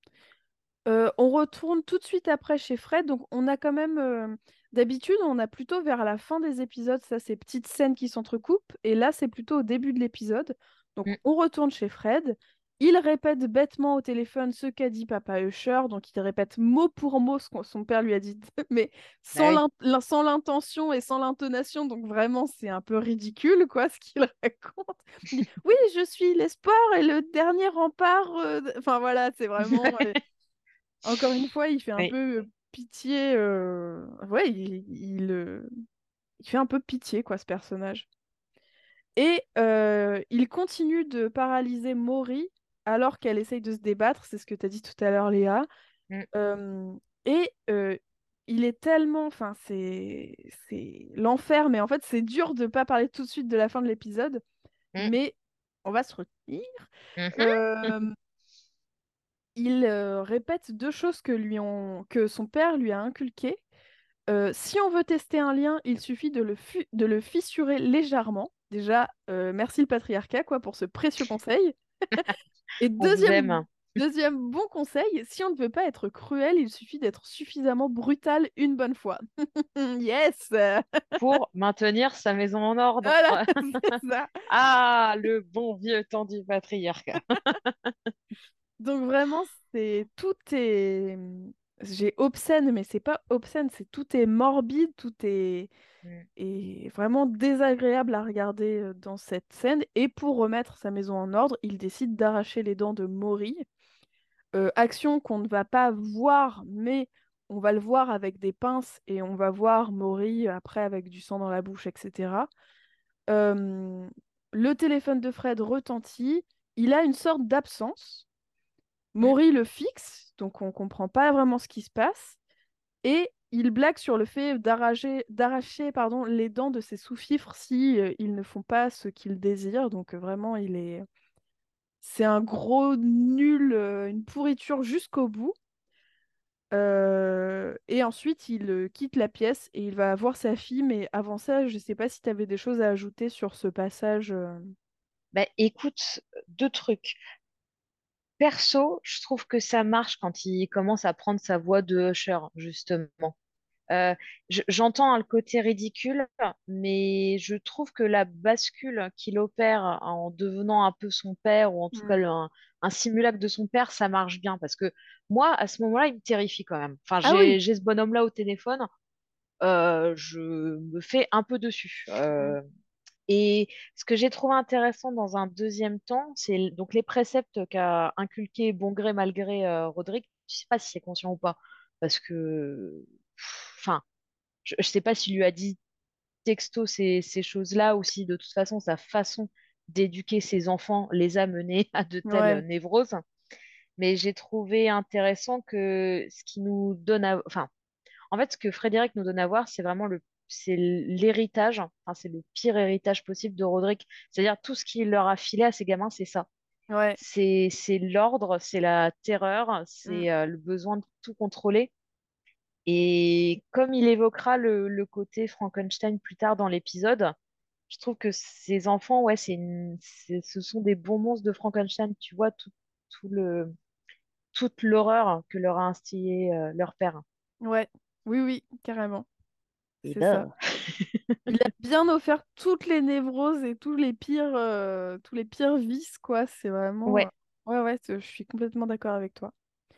On retourne tout de suite après chez Fred, donc on a quand même, d'habitude, on a plutôt vers la fin des épisodes, ça, ces petites scènes qui s'entrecoupent, et là, c'est plutôt au début de l'épisode. Donc Mm. on retourne chez Fred, il répète bêtement au téléphone ce qu'a dit Papa Usher, donc il répète mot pour mot ce que son père lui a dit, mais Bah oui. sans l'intention et sans l'intonation, donc vraiment, c'est un peu ridicule, quoi, ce qu'il raconte. Il dit, oui, je suis l'espoir et le dernier rempart. Enfin voilà, c'est vraiment. Encore une fois, il fait un Oui. peu pitié. Ouais, il fait un peu pitié, quoi, ce personnage. Et il continue de paralyser Maury alors qu'elle essaye de se débattre. C'est ce que tu as dit tout à l'heure, Léa. Mm. Euh, et il est tellement. Enfin, c'est l'enfer, mais en fait, c'est dur de pas parler tout de suite de la fin de l'épisode. Mm. Mais on va se retenir. Mhm. Euh, il répète deux choses que son père lui a inculquées. Si on veut tester un lien, il suffit de le fissurer légèrement. Déjà, merci le patriarcat quoi, pour ce précieux conseil. Et On vous aime. deuxième bon conseil, si on ne veut pas être cruel, il suffit d'être suffisamment brutal une bonne fois. Yes! Pour maintenir sa maison en ordre. Voilà, c'est ça. Ah, le bon vieux temps du patriarcat. Donc vraiment, tout est j'ai obscène, mais c'est pas obscène, c'est tout est morbide, tout Mm. est vraiment désagréable à regarder dans cette scène. Et pour remettre sa maison en ordre, il décide d'arracher les dents de Maury. Action qu'on ne va pas voir, mais on va le voir avec des pinces et on va voir Maury après avec du sang dans la bouche, etc. Euh, le téléphone de Fred retentit. Il a une sorte d'absence. Mm. Maury le fixe, donc on comprend pas vraiment ce qui se passe, et il blague sur le fait d'arracher pardon, les dents de ses sous-fifres si ils ne font pas ce qu'ils désirent. Donc vraiment, c'est un gros nul, une pourriture jusqu'au bout. Et ensuite, il quitte la pièce et il va voir sa fille. Mais avant ça, je sais pas si tu avais des choses à ajouter sur ce passage. Bah, écoute, deux trucs. Perso, je trouve que ça marche quand il commence à prendre sa voix de Usher, justement. Euh, j'entends le côté ridicule, mais je trouve que la bascule qu'il opère en devenant un peu son père, ou en tout cas Mm. un simulacre de son père, ça marche bien. Parce que moi, à ce moment-là, il me terrifie quand même. Enfin, Ah oui! j'ai ce bonhomme-là au téléphone, je me fais un peu dessus. Mm. Et ce que j'ai trouvé intéressant dans un deuxième temps, c'est donc les préceptes qu'a inculqué bon gré mal gré Roderick. Je sais pas si c'est conscient ou pas, parce que, enfin, je sais pas s'il lui a dit texto ces choses-là ou si de toute façon sa façon d'éduquer ses enfants les a menés à de telles Ouais. névroses. Mais j'ai trouvé intéressant que ce qui nous donne enfin, en fait, ce que Frédéric nous donne à voir, c'est vraiment c'est l'héritage, enfin, c'est le pire héritage possible de Roderick. C'est-à-dire tout ce qu'il leur a filé à ces gamins, c'est ça. Ouais. C'est l'ordre, c'est la terreur, Mm. c'est le besoin de tout contrôler. Et comme il évoquera le côté Frankenstein plus tard dans l'épisode, je trouve que ces enfants, ouais, ce sont des bons monstres de Frankenstein. Tu vois tout toute l'horreur que leur a instillé leur père. Ouais. Oui, oui, carrément. Et C'est ça. ben, Il a bien offert toutes les névroses et tous les pires vices, quoi. C'est vraiment. ouais. Ouais, ouais, je suis complètement d'accord avec toi.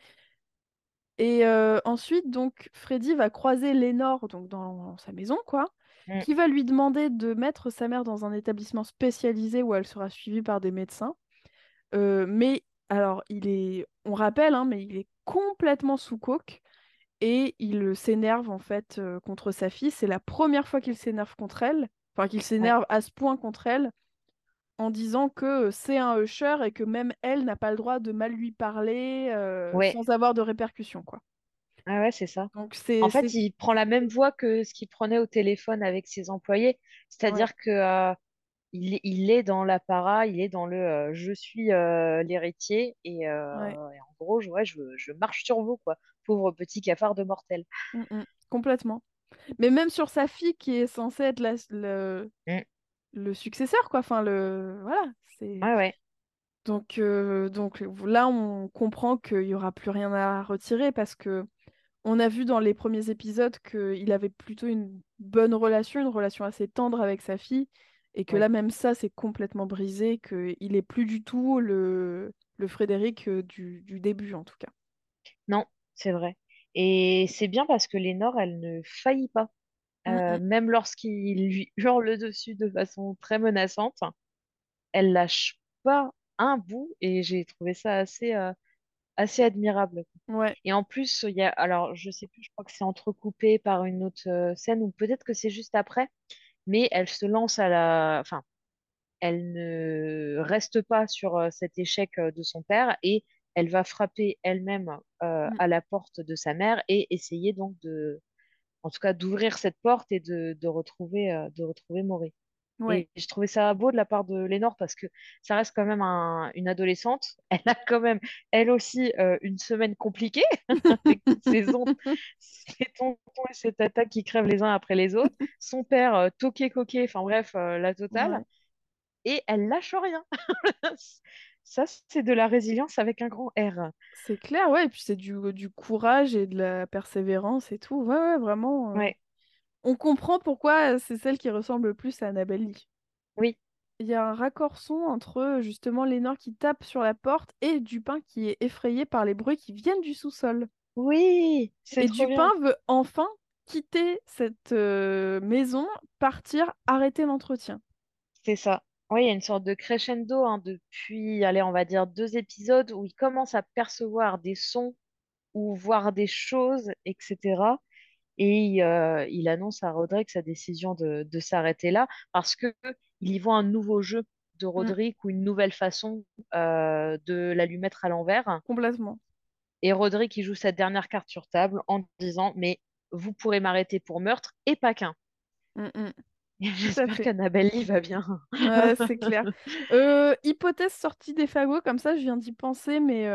Et ensuite, donc, Freddy va croiser Lénore donc, dans sa maison, quoi, Mm, qui va lui demander de mettre sa mère dans un établissement spécialisé où elle sera suivie par des médecins. Mais, alors, on rappelle, hein, mais il est complètement sous coke et il s'énerve, en fait, contre sa fille. C'est la première fois qu'il s'énerve contre elle, enfin, qu'il ouais. s'énerve à ce point contre elle, en disant que c'est un usher et que même elle n'a pas le droit de mal lui parler Ouais. sans avoir de répercussions, quoi. Ah ouais, c'est ça. Donc En fait, il prend la même voie que ce qu'il prenait au téléphone avec ses employés. ouais, C'est-à-dire que il est dans l'apparat, il est dans le je suis l'héritier ouais, et en gros, je marche sur vous, quoi. Pauvre petit cafard de mortel. complètement. Mais même sur sa fille qui est censée être Mm. le successeur, quoi. Enfin, voilà, c'est Ouais, ouais, donc là, on comprend qu'il y aura plus rien à retirer parce que on a vu dans les premiers épisodes qu'il avait plutôt une bonne relation, une relation assez tendre avec sa fille, et que ouais. là, même ça, c'est complètement brisé, qu'il est plus du tout le Frédéric du début, en tout cas. Non, c'est vrai. Et c'est bien parce que Lénore, elle ne faillit pas. Mm, mm. Même lorsqu'il lui hurle dessus de façon très menaçante, elle lâche pas un bout et j'ai trouvé ça assez admirable. Ouais. Et en plus, il y a, alors je sais plus, je crois que c'est entrecoupé par une autre scène ou peut-être que c'est juste après, mais elle se lance enfin, elle ne reste pas sur cet échec de son père et elle va frapper elle-même Mm. à la porte de sa mère et essayer donc en tout cas, d'ouvrir cette porte et de retrouver Maury. Ouais. Et je trouvais ça beau de la part de Lénore parce que ça reste quand même une adolescente. Elle a quand même, elle aussi, une semaine compliquée avec toutes ses oncles, ses tontons et ses tatas qui crèvent les uns après les autres. Son père, toqué coqué, enfin bref, la totale. Ouais. Et elle lâche rien. Ça, c'est de la résilience avec un grand R. C'est clair, ouais, et puis c'est du courage et de la persévérance et tout. Ouais, ouais, vraiment. Ouais, On comprend pourquoi c'est celle qui ressemble le plus à Annabelle Lee. oui, Il y a un raccord son entre justement Lénore qui tape sur la porte et Dupin qui est effrayé par les bruits qui viennent du sous-sol. oui, c'est Et trop Dupin bien. veut enfin quitter cette maison, partir, arrêter l'entretien. C'est ça. Oui, il y a une sorte de crescendo hein, depuis, allez, on va dire 2 épisodes où il commence à percevoir des sons ou voir des choses, etc. Et il annonce à Roderick sa décision de s'arrêter là parce que il y voit un nouveau jeu de Mm, Roderick ou une nouvelle façon de la lui mettre à l'envers. complètement. Et Roderick, il joue cette dernière carte sur table en disant, mais vous pourrez m'arrêter pour meurtre et pas qu'un. Mm, mm, tout à J'espère fait. qu'Annabelle Lee va bien. Ouais, c'est clair. Hypothèse sortie des fagots, comme ça je viens d'y penser, mais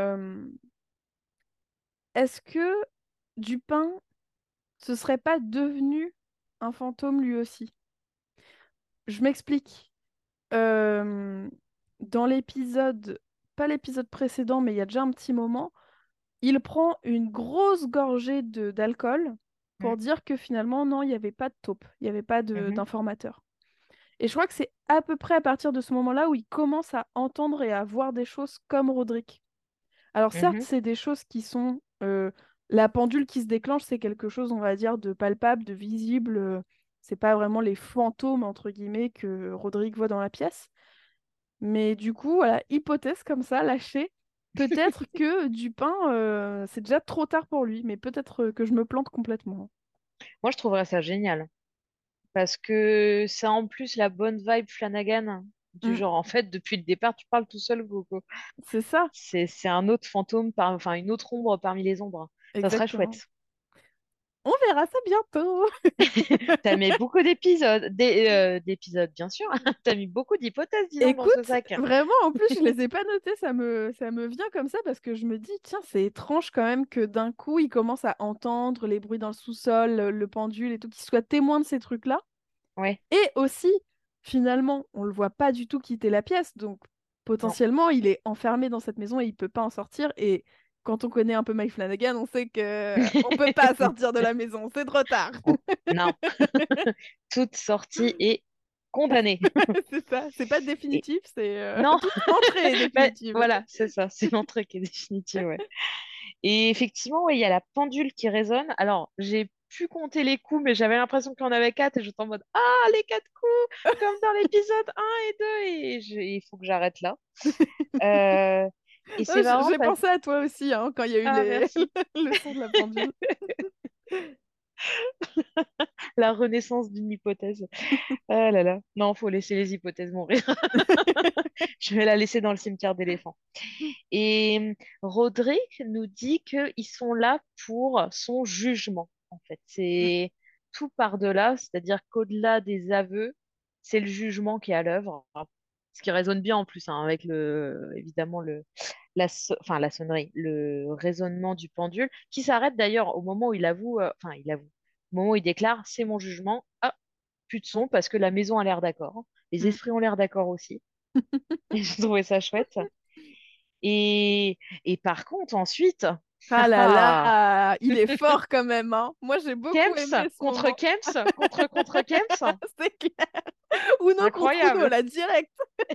est-ce que Dupin ce serait pas devenu un fantôme lui aussi? Je m'explique. Euh, Dans l'épisode, pas l'épisode précédent, mais il y a déjà un petit moment, il prend une grosse gorgée d'alcool Mm, pour dire que finalement, non, il n'y avait pas de taupe, il n'y avait pas mhm, d'informateur. Et je crois que c'est à peu près à partir de ce moment-là où il commence à entendre et à voir des choses comme Roderick. Alors certes, mhm. c'est des choses qui sont... la pendule qui se déclenche, c'est quelque chose, on va dire, de palpable, de visible. C'est pas vraiment les fantômes, entre guillemets, que Roderick voit dans la pièce. Mais du coup, voilà, hypothèse comme ça, lâchée. Peut-être que Dupin, c'est déjà trop tard pour lui, mais peut-être que je me plante complètement. Moi, je trouverais ça génial. Parce que ça en plus la bonne vibe Flanagan. Du Mm, genre, en fait, depuis le départ, tu parles tout seul, Coco. c'est ça, C'est un autre fantôme, enfin, une autre ombre parmi les ombres. Ça sera exactement. chouette. On verra ça bientôt. T'as mis beaucoup d'épisodes, bien sûr. T'as mis beaucoup d'hypothèses, dis donc, dans ce Écoute, sac. vraiment, en plus, je les ai pas notées, ça me vient comme ça parce que je me dis, tiens, c'est étrange quand même que d'un coup, il commence à entendre les bruits dans le sous-sol, le pendule et tout, qu'il soit témoin de ces trucs-là. Ouais, Et aussi, finalement, on le voit pas du tout quitter la pièce, donc non, potentiellement, il est enfermé dans cette maison et il peut pas en sortir. Et quand on connaît un peu Mike Flanagan, on sait que on peut pas sortir de la maison, c'est trop tard. non. Toute sortie est condamnée. C'est ça, c'est pas Et définitif, c'est non, toute entrée est bah, définitive. voilà, c'est ça, c'est l'entrée qui est définitive, ouais. Et effectivement, ouais, il y a la pendule qui résonne. Alors, j'ai pu compter les coups, mais j'avais l'impression qu'il y en avait quatre et j'étais en mode, ah, les quatre coups, comme dans l'épisode 1 et 2, et il faut que j'arrête là. Euh, et Ah, c'est marrant j'ai parce pensé à toi aussi hein, quand il y a eu ah, merci. le son de la pendule. La renaissance d'une hypothèse. Ah là là. Non, faut laisser les hypothèses mourir. Je vais la laisser dans le cimetière d'éléphants. Et Roderick nous dit qu'ils sont là pour son jugement, en fait. C'est tout par-delà, c'est-à-dire qu'au-delà des aveux, c'est le jugement qui est à l'œuvre. Ce qui résonne bien en plus hein, avec évidemment enfin, la sonnerie, le résonnement du pendule, qui s'arrête d'ailleurs au moment où il avoue, enfin, il avoue, au moment où il déclare, c'est mon jugement. Ah, plus de son parce que la maison a l'air d'accord. Les Mm. esprits ont l'air d'accord aussi. Et j'ai trouvé ça chouette. Et, et par contre, ensuite, Ah là là, il est fort quand même, hein. Moi, j'ai beaucoup Kems aimé ce contre moment. Kems contre Kems, C'est clair. Uno contre Uno, incroyable. là, direct.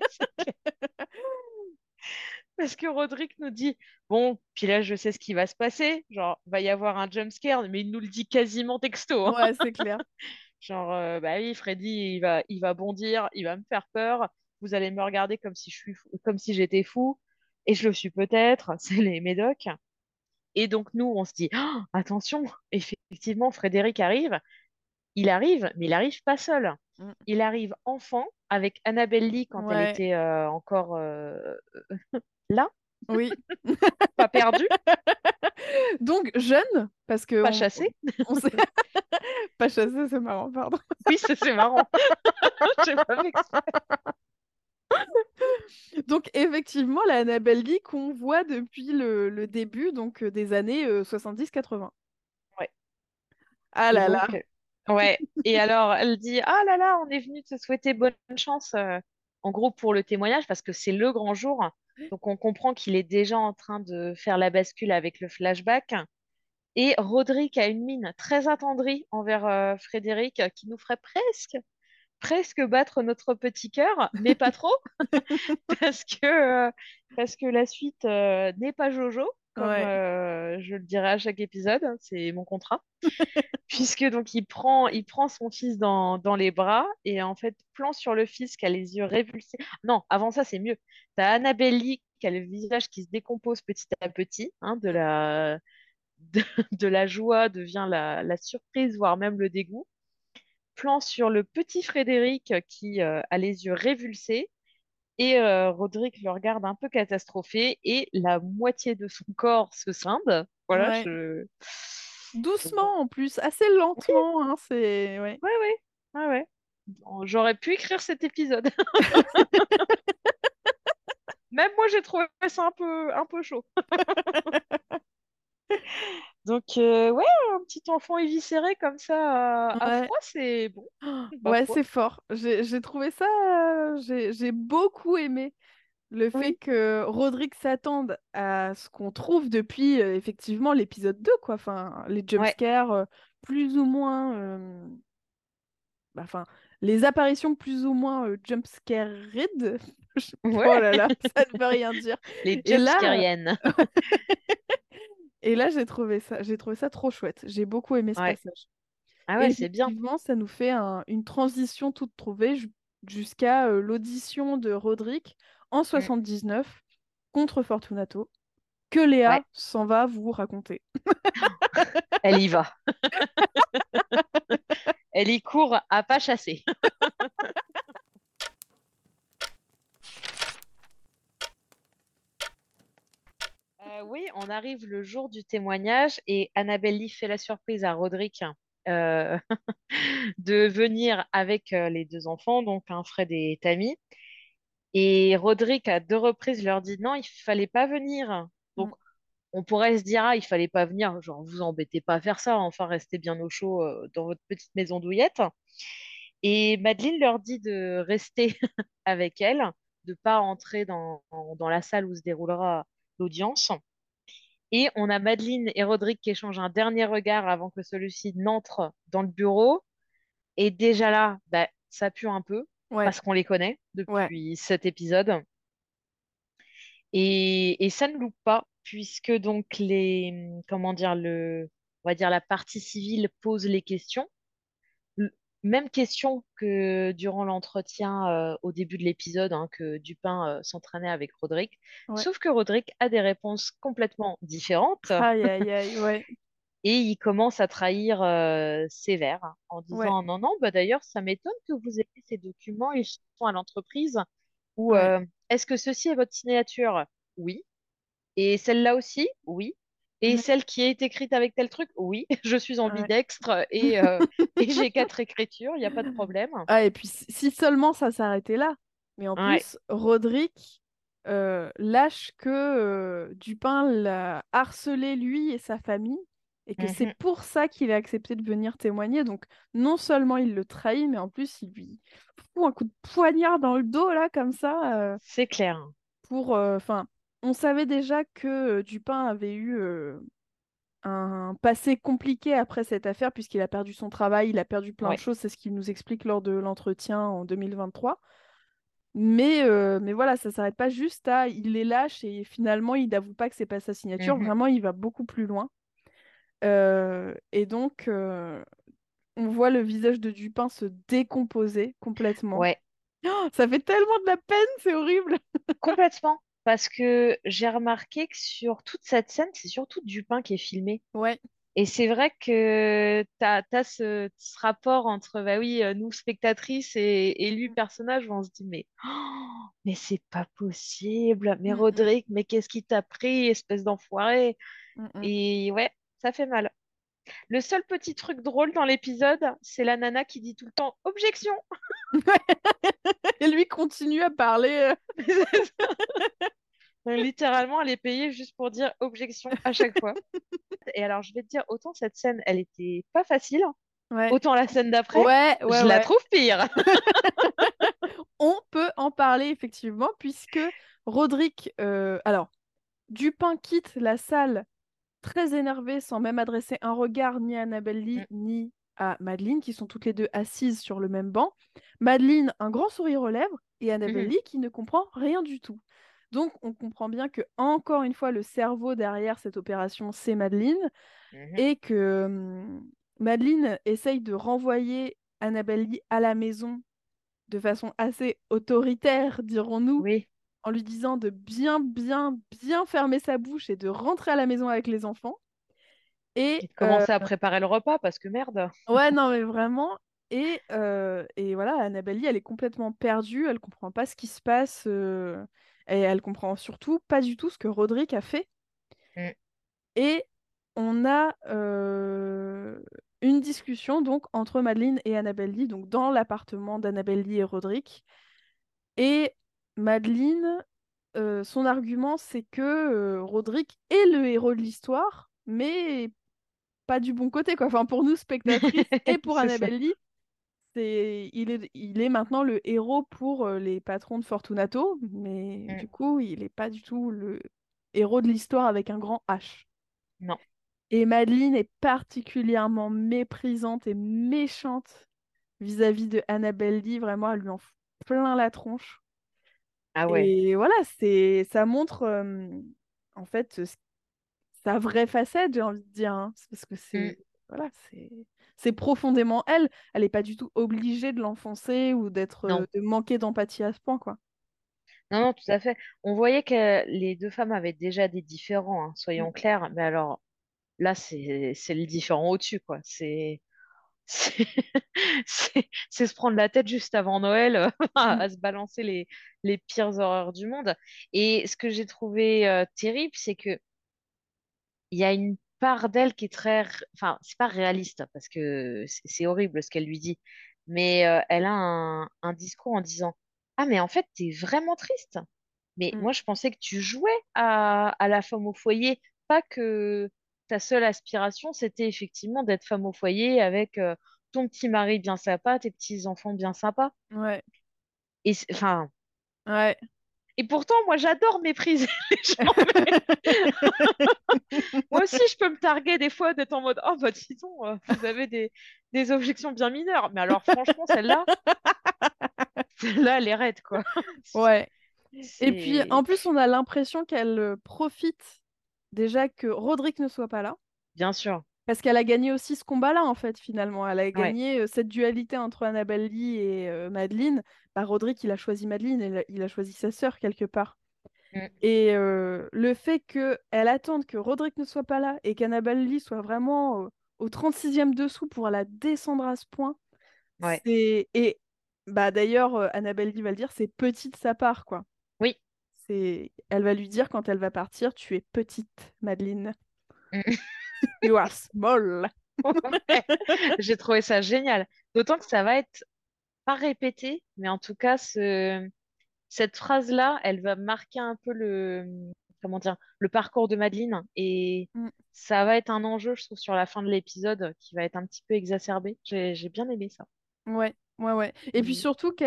Parce que Roderick nous dit, bon, puis là, je sais ce qui va se passer. Genre, va y avoir un jump scare, mais il nous le dit quasiment texto, hein. Ouais, c'est clair. Genre, bah oui, Freddy, il va bondir, il va me faire peur. Vous allez me regarder comme si comme si j'étais fou. Et je le suis peut-être. C'est les médocs. Et donc, nous, on se dit, oh, attention, effectivement, Frédéric arrive. Il arrive, mais il arrive pas seul. Mm. Il arrive enfant avec Annabelle Lee quand elle Ouais, était encore là, oui. pas perdue, Donc, jeune, parce que pas chassée. on sait pas chasser, c'est marrant, pardon. Oui, c'est marrant. J'ai pas fait exprès. Donc, effectivement, la Annabelle Lee qu'on voit depuis le début donc, des années 70-80. Ouais. Ah Et là là. donc, ouais. Et alors, elle dit, ah là là, on est venu te souhaiter bonne chance, en gros, pour le témoignage, parce que c'est le grand jour. Donc, on comprend qu'il est déjà en train de faire la bascule avec le flashback. Et Roderick a une mine très attendrie envers Frédéric, qui nous ferait presque battre notre petit cœur, mais pas trop, parce que, euh, parce que la suite n'est pas Jojo, comme Ouais. je le dirai à chaque épisode, c'est mon contrat. Puisque donc il prend son fils dans les bras et en fait plan sur le fils qui a les yeux révulsés. Non, avant ça c'est mieux. T'as Annabelle Lee qui a le visage qui se décompose petit à petit, hein, de, de la joie devient la surprise, voire même le dégoût. Plan sur le petit Frédéric qui a les yeux révulsés et Roderick le regarde un peu catastrophé et la moitié de son corps se scinde. Voilà, Ouais. Bon. Doucement en plus, assez lentement, hein, c'est ouais. Ouais, ouais, ouais, ouais. Bon, j'aurais pu écrire cet épisode. Même moi, j'ai trouvé ça un peu chaud. Donc, ouais, un petit enfant éviscéré comme ça à Ouais. froid, c'est bon, ma Ouais, foi. c'est fort. J'ai trouvé ça, j'ai beaucoup aimé le fait Oui, que Roderick s'attende à ce qu'on trouve depuis effectivement l'épisode 2 quoi. Enfin, les ouais, jumpscares plus ou moins, enfin, les apparitions plus ou moins jumpscared. Oh ouais. là là, ça ne veut rien dire. Les Et là, jumpscariennes. et là, j'ai trouvé ça trop chouette. J'ai beaucoup aimé ce Ouais. passage. Ah Et ouais, c'est bien. effectivement, ça nous fait une transition toute trouvée jusqu'à l'audition de Roderick en Mm. 79 contre Fortunato, que Ouais, Léa s'en va vous raconter. elle y va. Elle y court à pas chasser. Oui, on arrive le jour du témoignage et Annabelle Lee fait la surprise à Roderick euh, de venir avec les deux enfants, donc un Fred et Tammy. Et Roderick, à deux reprises, leur dit non, il fallait pas venir. Donc, Mm. on pourrait se dire, ah, il fallait pas venir, genre, vous embêtez pas à faire ça, enfin, restez bien au chaud dans votre petite maison douillette. Et Madeleine leur dit de rester avec elle, de pas entrer dans la salle où se déroulera l'audience. Et on a Madeleine et Roderick qui échangent un dernier regard avant que celui-ci n'entre dans le bureau. Et déjà là, bah, ça pue un peu, Ouais, parce qu'on les connaît ouais. depuis cet épisode. Et ça ne loupe pas, puisque donc comment dire, on va dire la partie civile pose les questions. L- Même question que durant l'entretien au début de l'épisode, hein, que Dupin s'entraînait avec Roderick. Ouais. Sauf que Roderick a des réponses complètement différentes Aïe, aïe, aïe, ouais. et il commence à trahir sévère en Ouais, disant non, non, bah d'ailleurs, ça m'étonne que vous ayez ces documents, ils sont à l'entreprise. Ou ouais. est-ce que ceci est votre signature? Oui. Et celle-là aussi? Oui. Et Ouais, celle qui est écrite avec tel truc? Oui. Je suis ouais. ambidextre et j'ai quatre écritures, il n'y a pas de problème. Ah, et puis si seulement ça s'arrêtait là. Mais en Ouais. plus, Roderick lâche que Dupin l'a harcelé lui et sa famille et que c'est Mhm. pour ça qu'il a accepté de venir témoigner. Donc non seulement il le trahit, mais en plus il lui fout un coup de poignard dans le dos là comme ça C'est clair. pour. Enfin, on savait déjà que Dupin avait eu un passé compliqué après cette affaire, puisqu'il a perdu son travail, il a perdu plein de Ouais. choses, c'est ce qu'il nous explique lors de l'entretien en 2023. Mais voilà, ça s'arrête pas juste à il les lâche et finalement il n'avoue pas que c'est pas sa signature. Mhm. Vraiment, il va beaucoup plus loin. Et donc, on voit le visage de Dupin se décomposer complètement. Ouais. Oh, ça fait tellement de la peine, c'est horrible. Complètement. Parce que j'ai remarqué que sur toute cette scène, c'est surtout Dupin qui est filmé. Ouais. Et c'est vrai que t'as ce rapport entre, bah oui, nous, spectatrices, et lui, personnage, où on se dit, mais c'est pas possible. Mais Mm, mm, Roderick, mais qu'est-ce qui t'a pris, espèce d'enfoiré? mm, mm. Et ouais, ça fait mal. Le seul petit truc drôle dans l'épisode, c'est la nana qui dit tout le temps objection. Et lui continue à parler. Littéralement, elle est payée juste pour dire objection à chaque fois. Et alors, je vais te dire, autant cette scène, elle était pas facile, Ouais. autant la scène d'après, Ouais, ouais, je la ouais. trouve pire. On peut en parler effectivement, puisque Roderick, alors, Dupin quitte la salle très énervé, sans même adresser un regard ni à Annabelle Mm, Lee, ni à Madeleine, qui sont toutes les deux assises sur le même banc. Madeleine, un grand sourire aux lèvres, et Annabelle mhm, Lee, qui ne comprend rien du tout. Donc, on comprend bien que, encore une fois, le cerveau derrière cette opération, c'est Madeleine, mhm. et que Madeleine essaye de renvoyer Annabelle Lee à la maison de façon assez autoritaire, dirons-nous, Oui, en lui disant de bien, bien, bien fermer sa bouche et de rentrer à la maison avec les enfants. Et et de commencer à préparer le repas, parce que merde. ouais, non, mais vraiment. Et voilà, Annabelle Lee, elle est complètement perdue, elle comprend pas ce qui se passe, et elle comprend surtout pas du tout ce que Roderick a fait. Mm, Et on a une discussion donc entre Madeleine et Annabelle Lee, donc dans l'appartement d'Annabelle Lee et Roderick. Et Madeleine, son argument, c'est que Roderick est le héros de l'histoire, mais pas du bon côté, quoi. Enfin, pour nous, spectatrices, et pour c'est ça. Annabelle Lee, il est maintenant le héros pour les patrons de Fortunato, mais Mm, du coup, il n'est pas du tout le héros de l'histoire avec un grand H. non. Et Madeleine est particulièrement méprisante et méchante vis-à-vis de Annabelle Lee. Vraiment, elle lui en fout plein la tronche. Ah ouais. Et voilà, ça montre en fait sa vraie facette, j'ai envie de dire, hein. C'est parce que Mm, voilà, c'est profondément elle. Elle n'est pas du tout obligée de l'enfoncer ou non. de manquer d'empathie à ce point, quoi. Non, non, tout à fait. On voyait que les deux femmes avaient déjà des différends, hein, Mm, soyons clairs. Mais alors, là, c'est le différent au-dessus, quoi. C'est c'est se prendre la tête juste avant Noël mm, à se balancer les pires horreurs du monde. Et ce que j'ai trouvé terrible, c'est que il y a une part d'elle qui est enfin, c'est pas réaliste parce que c'est horrible ce qu'elle lui dit, mais elle a un discours en disant, ah, mais en fait, t'es vraiment triste. Mais Mm. moi, je pensais que tu jouais à la femme au foyer, pas que ta seule aspiration, c'était effectivement d'être femme au foyer avec ton petit mari bien sympa, tes petits enfants bien sympas. Ouais, Enfin, ouais. et pourtant, moi, j'adore mépriser les gens. Moi aussi, je peux me targuer des fois d'être en mode, oh, bah, disons, vous avez des objections bien mineures. Mais alors, franchement, celle-là, elle est raide, quoi. Ouais. Et puis, C'est en plus, on a l'impression qu'elle profite déjà que Roderick ne soit pas là. bien sûr. Parce qu'elle a gagné aussi ce combat-là, en fait, finalement. Elle a Ouais. gagné cette dualité entre Annabelle Lee et Madeleine. Bah, Roderick, il a choisi Madeleine, et il a choisi sa sœur, quelque part. Mm. Et le fait qu'elle attende que Roderick ne soit pas là et qu'Annabelle Lee soit vraiment au 36e dessous pour la descendre à ce point, Ouais. c'est... Et bah, d'ailleurs, Annabelle Lee va le dire, c'est petit de sa part, quoi. Oui. Elle va lui dire quand elle va partir, tu es petite, Madeleine. Mm. You are small. Ouais. J'ai trouvé ça génial. D'autant que ça va être pas répété, mais en tout cas, cette phrase-là, elle va marquer un peu comment dire, le parcours de Madeleine. Et Mm. ça va être un enjeu, je trouve, sur la fin de l'épisode qui va être un petit peu exacerbé. J'ai bien aimé ça. Ouais, ouais, ouais. Et puis Mm. surtout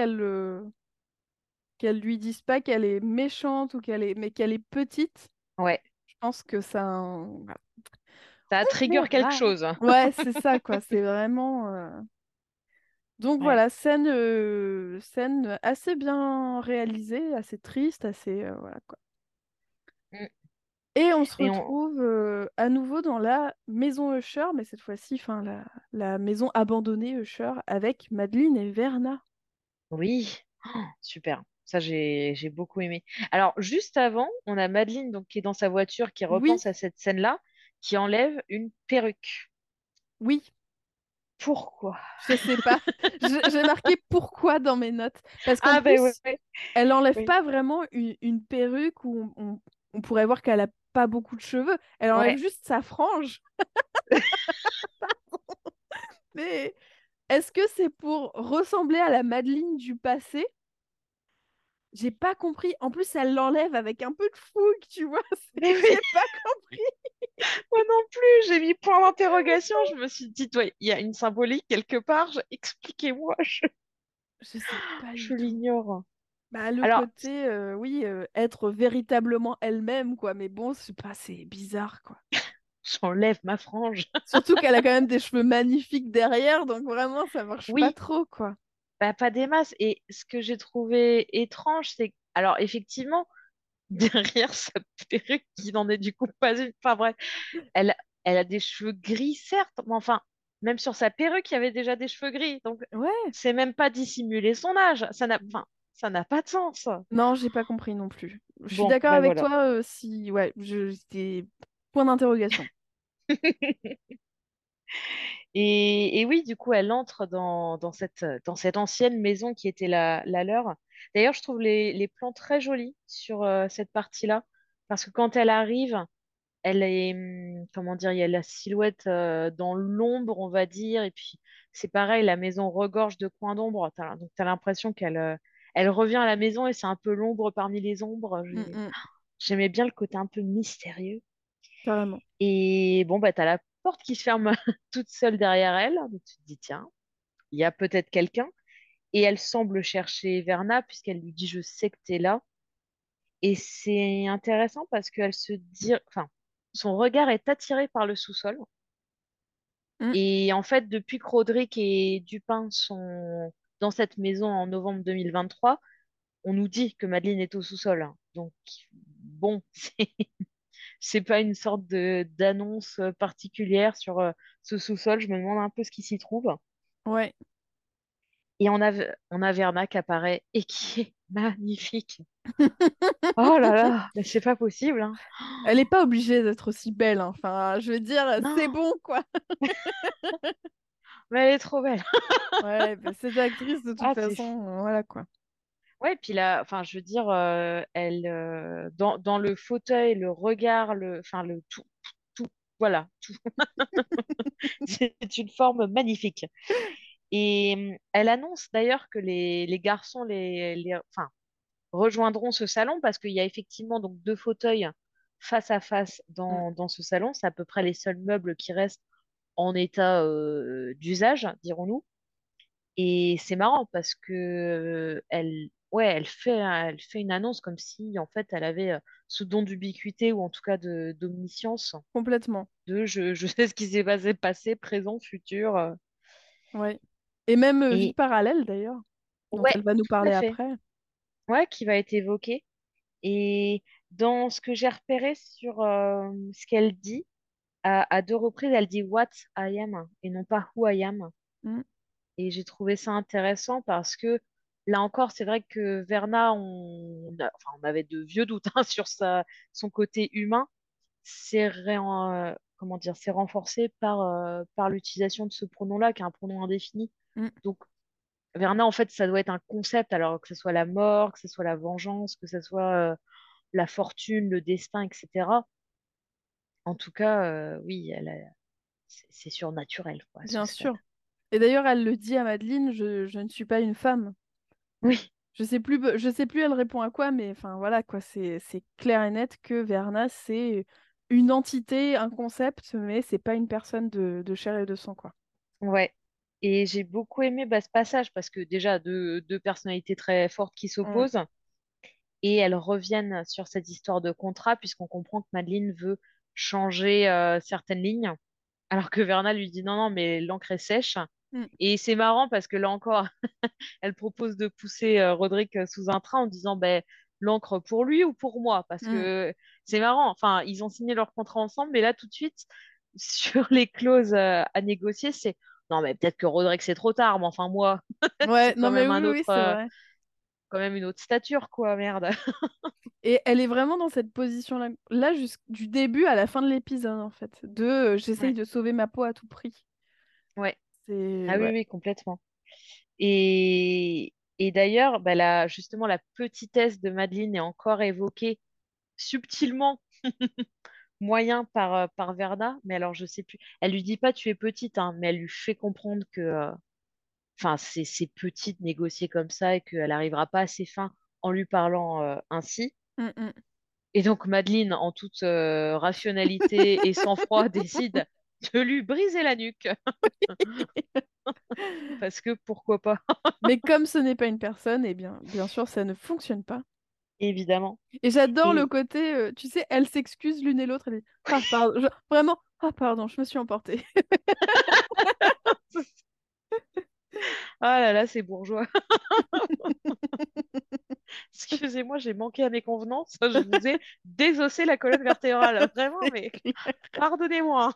qu'elle lui dise pas qu'elle est méchante ou mais qu'elle est petite. Ouais, Je pense que ça, voilà. ça a On trigger quelque verra. chose. Ouais, c'est ça, quoi. C'est vraiment. Donc Ouais. voilà, scène assez bien réalisée, assez triste, assez voilà quoi. Mm. Et on se Et on... retrouve à nouveau dans la maison Usher, mais cette fois-ci, enfin la maison abandonnée Usher avec Madeleine et Verna. Oui, oh, super. Ça, j'ai beaucoup aimé. Alors, juste avant, on a Madeleine donc, qui est dans sa voiture, qui Oui, repense à cette scène-là, qui enlève une perruque. oui, Pourquoi? je sais pas. J'ai marqué pourquoi dans mes notes. Parce qu'en Ah, ben plus, ouais, elle enlève oui. pas vraiment une perruque où on pourrait voir qu'elle a pas beaucoup de cheveux. Elle enlève Ouais. juste sa frange. Mais est-ce que c'est pour ressembler à la Madeleine du passé? J'ai pas compris. En plus, elle l'enlève avec un peu de fougue, tu vois. Mais oui, J'ai pas compris. moi non plus, j'ai mis point d'interrogation. Je me suis dit, ouais, il y a une symbolique quelque part. Expliquez-moi, Je sais pas je du tout. l'ignore. Bah, le Alors, côté, oui, être véritablement elle-même, quoi. Mais bon, je sais pas, c'est bizarre, quoi. j'enlève ma frange. Surtout qu'elle a quand même des cheveux magnifiques derrière, donc vraiment, ça marche pas Oui, trop, quoi. bah, pas des masses. Et ce que j'ai trouvé étrange, c'est alors effectivement, derrière sa perruque, qui n'en est du coup pas une. Enfin bref, elle, elle a des cheveux gris, certes, mais enfin, même sur sa perruque, il y avait déjà des cheveux gris. Donc, Ouais. c'est même pas dissimuler son âge. Enfin, ça n'a pas de sens. Non, j'ai pas compris non plus. Je suis Bon, d'accord ben avec voilà. toi, si... Ouais, c'était... Point d'interrogation. Et oui, du coup, elle entre dans cette ancienne maison qui était la leur. D'ailleurs, je trouve les plans très jolis sur cette partie-là, parce que quand elle arrive, elle est, comment dire, il y a la silhouette dans l'ombre, on va dire, et puis c'est pareil, la maison regorge de coins d'ombre. Donc, tu as l'impression elle revient à la maison et c'est un peu l'ombre parmi les ombres. Mm, mm, J'aimais bien le côté un peu mystérieux. carrément. Et bon, bah, tu as la porte qui se ferme toute seule derrière elle. Donc, tu te dis, tiens, il y a peut-être quelqu'un. Et elle semble chercher Verna puisqu'elle lui dit, je sais que tu es là. Et c'est intéressant parce qu'elle se dit, enfin, son regard est attiré par le sous-sol. Mm, Et en fait, depuis que Roderick et Dupin sont dans cette maison en novembre 2023, on nous dit que Madeleine est au sous-sol, hein. Donc, bon, c'est pas une sorte de d'annonce particulière sur ce sous-sol. Je me demande un peu ce qui s'y trouve. ouais. Et on a Verna qui apparaît et qui est magnifique. Oh là là, mais c'est pas possible, hein. Elle n'est pas obligée d'être aussi belle, hein. Enfin, je veux dire, c'est Non, bon, quoi. mais elle est trop belle. Ouais, bah, cette actrice, de toute Ah, c'est façon, fou. voilà, quoi. Ouais, puis là, enfin, je veux dire, elle, dans le fauteuil, le regard, enfin, voilà, c'est une forme magnifique. Et elle annonce d'ailleurs que les garçons enfin, rejoindront ce salon parce qu'il y a effectivement donc deux fauteuils face à face Mm. dans ce salon. C'est à peu près les seuls meubles qui restent en état d'usage, dirons-nous. Et c'est marrant parce que ouais, elle fait une annonce comme si en fait elle avait ce don d'ubiquité ou en tout cas de d'omniscience Complètement. je sais ce qui s'est passé, présent, futur. Ouais. Et même vie Et parallèle d'ailleurs, dont ouais, elle va nous tout à parler fait. après. Ouais, qui va être évoqué. Et dans ce que j'ai repéré sur ce qu'elle dit, à deux reprises, elle dit what I am et non pas who I am. Mm. Et j'ai trouvé ça intéressant parce que là encore, c'est vrai que Verna, enfin, on avait de vieux doutes hein, sur son côté humain. Comment dire, c'est renforcé par l'utilisation de ce pronom-là, qui est un pronom indéfini. Mm. Donc, Verna, en fait, ça doit être un concept, alors que ce soit la mort, que ce soit la vengeance, que ce soit la fortune, le destin, etc. En tout cas, oui, c'est surnaturel, quoi, à ce Bien stade. sûr. Et d'ailleurs, elle le dit à Madeleine, je ne suis pas une femme. Oui, Je sais plus, elle répond à quoi, mais enfin voilà quoi, c'est clair et net que Verna, c'est une entité, un concept, mais c'est pas une personne de chair et de sang, quoi. ouais. Et j'ai beaucoup aimé bah, ce passage parce que déjà, deux personnalités très fortes qui Mm, s'opposent et elles reviennent sur cette histoire de contrat puisqu'on comprend que Madeleine veut changer certaines lignes alors que Verna lui dit non, non, mais l'encre est sèche. mm, Et c'est marrant parce que là encore, elle propose de pousser Roderick sous un train en disant ben, l'encre pour lui ou pour moi parce mm. que c'est marrant. Enfin, ils ont signé leur contrat ensemble, mais là tout de suite, sur les clauses à négocier, c'est non, mais peut-être que Roderick c'est trop tard, mais enfin moi, Ouais, j'ai non quand mais même oui, oui, c'est vrai. quand même une autre stature, quoi, merde. Et elle est vraiment dans cette position-là, là, du début à la fin de l'épisode, en fait, de j'essaye Ouais, de sauver ma peau à tout prix. ouais. C'est... Ah oui, Ouais. oui, complètement. Et d'ailleurs, bah, justement, la petitesse de Madeleine est encore évoquée subtilement moyen par Verna, mais alors je sais plus. Elle lui dit pas tu es petite, hein, mais elle lui fait comprendre que enfin c'est petit de négocier comme ça et qu'elle n'arrivera pas à ses fins en lui parlant ainsi. Mm, mm. Et donc Madeleine, en toute rationalité et sang-froid, décide de lui briser la nuque parce que pourquoi pas, Mais comme ce n'est pas une personne, eh bien, bien sûr, ça ne fonctionne pas. évidemment. Et j'adore le Et côté, tu sais, elles s'excusent l'une et l'autre. Elle dit, ah, pardon, vraiment, ah, pardon, je me suis emportée. ah là là, c'est bourgeois. Excusez-moi, j'ai manqué à mes convenances. Je vous ai désossé la colonne vertébrale. Vraiment, C'est mais clair. pardonnez-moi.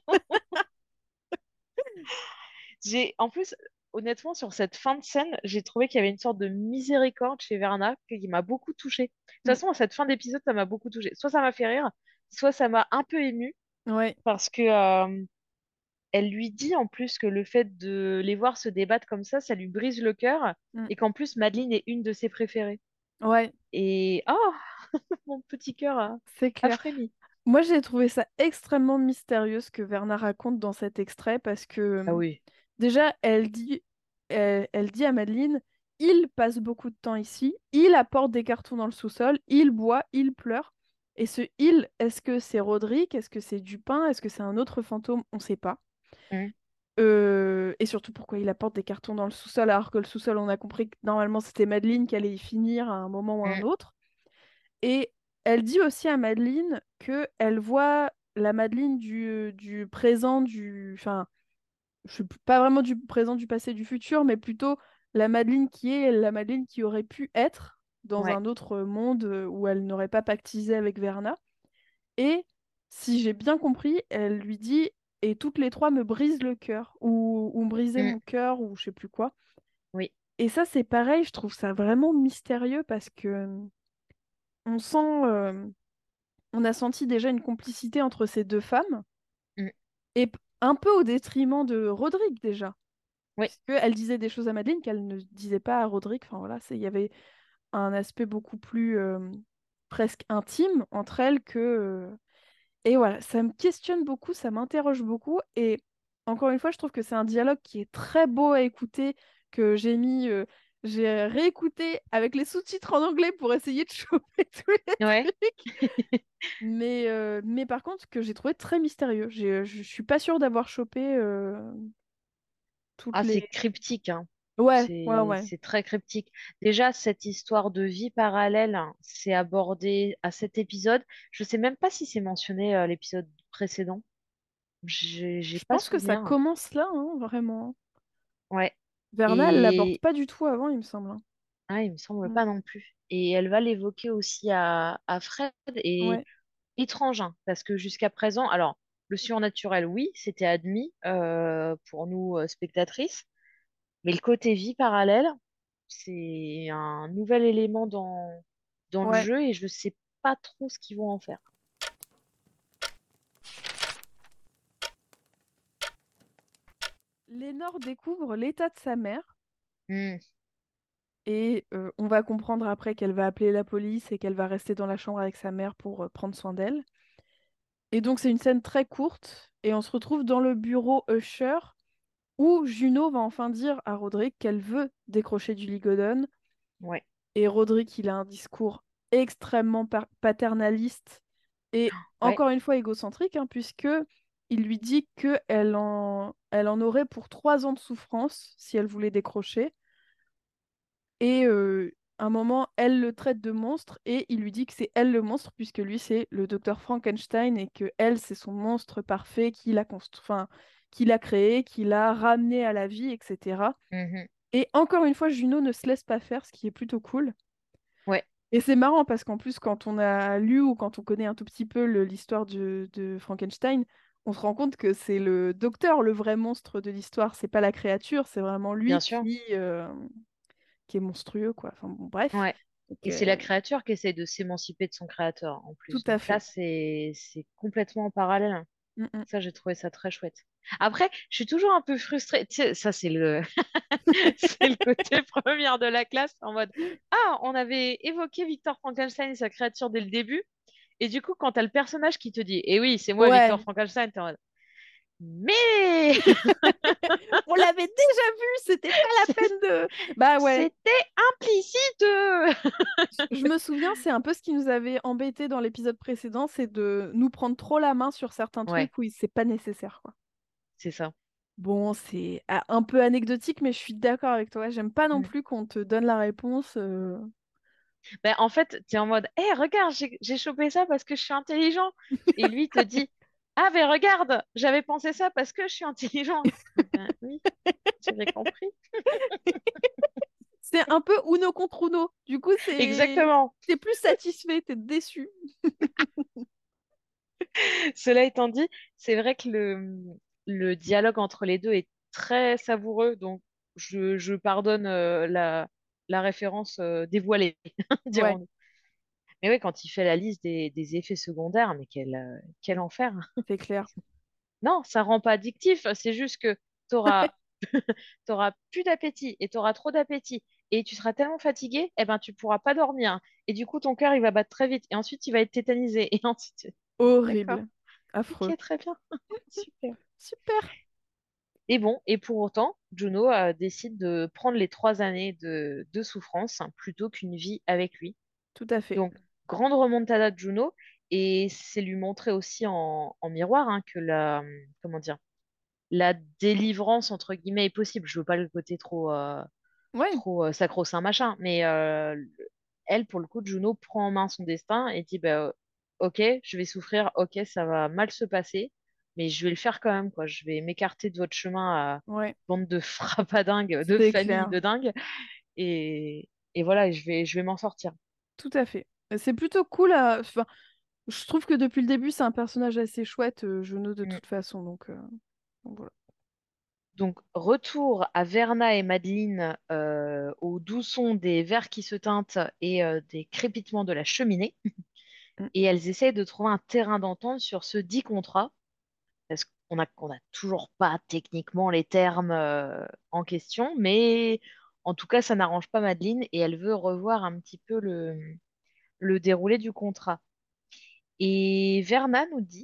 En plus, honnêtement, sur cette fin de scène, j'ai trouvé qu'il y avait une sorte de miséricorde chez Verna qui m'a beaucoup touchée. De toute Mm. façon, à cette fin d'épisode, ça m'a beaucoup touchée. Soit ça m'a fait rire, soit ça m'a un peu émue Ouais. parce que elle lui dit en plus que le fait de les voir se débattre comme ça lui brise le cœur Mm. et qu'en plus Madeleine est une de ses préférées. Ouais, Et oh, mon petit cœur c'est a clair. frémi. Moi, j'ai trouvé ça extrêmement mystérieux ce que Verna raconte dans cet extrait parce que Ah oui. déjà, elle dit à Madeleine, il passe beaucoup de temps ici, il apporte des cartons dans le sous-sol, il boit, il pleure. Et ce il, est-ce que c'est Roderick? Est-ce que c'est Dupin? Est-ce que c'est un autre fantôme? On ne sait pas. Mm, Et surtout pourquoi il apporte des cartons dans le sous-sol alors que le sous-sol, on a compris que normalement c'était Madeleine qui allait y finir à un moment ou à un mm, autre. Et elle dit aussi à Madeleine que elle voit la Madeleine du présent, enfin, je sais pas vraiment du présent, du passé, du futur, mais plutôt la Madeleine qui est la Madeleine qui aurait pu être dans ouais. un autre monde où elle n'aurait pas pactisé avec Verna. Et si j'ai bien compris, elle lui dit, et toutes les trois me brisent le cœur, ou brisaient Mm, mon cœur, ou je sais plus quoi. oui. Et ça, c'est pareil, je trouve ça vraiment mystérieux parce que on sent, on a senti déjà une complicité entre ces deux femmes, Mm, et un peu au détriment de Roderick déjà. oui. Parce qu'elle disait des choses à Madeleine qu'elle ne disait pas à Roderick. Enfin voilà, il y avait un aspect beaucoup plus presque intime entre elles que. Et voilà, ça me questionne beaucoup, ça m'interroge beaucoup. Et encore une fois, je trouve que c'est un dialogue qui est très beau à écouter, que j'ai réécouté avec les sous-titres en anglais pour essayer de choper tous les Ouais. trucs. Mais par contre, que j'ai trouvé très mystérieux. Je suis pas sûre d'avoir chopé toutes Ah, c'est les. cryptique, hein. Ouais, ouais, C'est ouais. c'est très cryptique. Déjà, cette histoire de vie parallèle, hein, c'est abordé à cet épisode. Je sais même pas si c'est mentionné l'épisode précédent. J'ai Je pas pense que ça souvenir. commence là, hein, vraiment. Ouais. Vernal l'aborde Et pas du tout avant, il me semble, hein. ah, il me semble Mm. pas non plus. Et elle va l'évoquer aussi à Fred. Et Ouais, étrange, hein, parce que jusqu'à présent, alors, le surnaturel, oui, c'était admis pour nous spectatrices. Mais le côté vie parallèle, c'est un nouvel élément dans le ouais. jeu et je sais pas trop ce qu'ils vont en faire. Lénore découvre l'état de sa mère. Hmm, Et on va comprendre après qu'elle va appeler la police et qu'elle va rester dans la chambre avec sa mère pour prendre soin d'elle. Et donc c'est une scène très courte et on se retrouve dans le bureau Usher où Juno va enfin dire à Roderick qu'elle veut décrocher du Ligodon. ouais, Et Roderick, il a un discours extrêmement paternaliste et ouais, encore une fois égocentrique, hein, puisque il lui dit elle en aurait pour 3 ans de souffrance si elle voulait décrocher. Et à un moment, elle le traite de monstre et il lui dit que c'est elle le monstre puisque lui c'est le docteur Frankenstein et que elle c'est son monstre parfait qu'il a enfin, qu'il a créé, qu'il a ramené à la vie, etc. mhm, Et encore une fois, Juno ne se laisse pas faire, ce qui est plutôt cool. ouais, Et c'est marrant parce qu'en plus, quand on a lu ou quand on connaît un tout petit peu l'histoire de Frankenstein, on se rend compte que c'est le docteur le vrai monstre de l'histoire, c'est pas la créature, c'est vraiment bien lui sûr, qui est monstrueux, quoi. Enfin bon, bref. ouais. Donc, Et c'est la créature qui essaie de s'émanciper de son créateur en tout plus. à Donc là, fait. c'est complètement en parallèle, hein. Mm, mm. Ça, j'ai trouvé ça très chouette. Après, je suis toujours un peu frustrée. Tu sais, ça, c'est le, c'est le côté première de la classe en mode, ah, on avait évoqué Victor Frankenstein et sa créature dès le début. Et du coup, quand t'as le personnage qui te dit, eh oui, c'est moi, Victor Ouais, Frankenstein, t'es en mode, mais on l'avait déjà vu, c'était pas la peine de. Bah ouais, c'était implicite. je me souviens, c'est un peu ce qui nous avait embêté dans l'épisode précédent, c'est de nous prendre trop la main sur certains Ouais, trucs où c'est pas nécessaire, quoi. c'est ça. Bon, c'est un peu anecdotique, mais je suis d'accord avec toi. J'aime pas non Mm. plus qu'on te donne la réponse. Ben, en fait, t'es en mode, hé, regarde, j'ai chopé ça parce que je suis intelligent. Et lui te dit, ah, mais regarde, j'avais pensé ça parce que je suis intelligent. Ben oui, j'avais compris. C'est un peu Uno contre Uno. Du coup, Exactement. t'es plus satisfait, t'es déçu. Cela étant dit, c'est vrai que le dialogue entre les deux est très savoureux, donc je pardonne la référence dévoilée, Ouais, dirons-nous. Mais oui, quand il fait la liste des effets secondaires, mais quel enfer. c'est clair. Non, ça rend pas addictif, c'est juste que tu auras, plus d'appétit et tu auras trop d'appétit et tu seras tellement fatigué, eh ben, tu pourras pas dormir. Et du coup, ton cœur, il va battre très vite et ensuite, il va être tétanisé. Et ensuite, d'accord, Horrible. Affreux. ok, très bien, super. Super. Et bon, et pour autant, Juno décide de prendre les 3 années de souffrance, hein, plutôt qu'une vie avec lui. Tout à fait. Donc, grande remontada de Juno, et c'est lui montrer aussi en miroir, hein, que comment dire, la délivrance, entre guillemets, est possible. Je veux pas le côté Ouais, trop sacro-saint machin, mais elle, pour le coup, Juno prend en main son destin et dit, bah, ok, je vais souffrir, ok, ça va mal se passer, mais je vais le faire quand même, quoi. Je vais m'écarter de votre chemin à ouais, bande de frappadingues, de c'est famille clair. de dingues, et voilà, je vais m'en sortir. Tout à fait. C'est plutôt cool Enfin, je trouve que depuis le début, c'est un personnage assez chouette, Juno, de Mm. toute façon. Donc voilà. Donc, retour à Verna et Madeline au doux son des verres qui se teintent et des crépitements de la cheminée. Mm. Et elles essayent de trouver un terrain d'entente sur ce dit contrat, parce qu'on a toujours pas techniquement les termes en question, mais en tout cas, ça n'arrange pas Madeline et elle veut revoir un petit peu le déroulé du contrat. Et Verna nous dit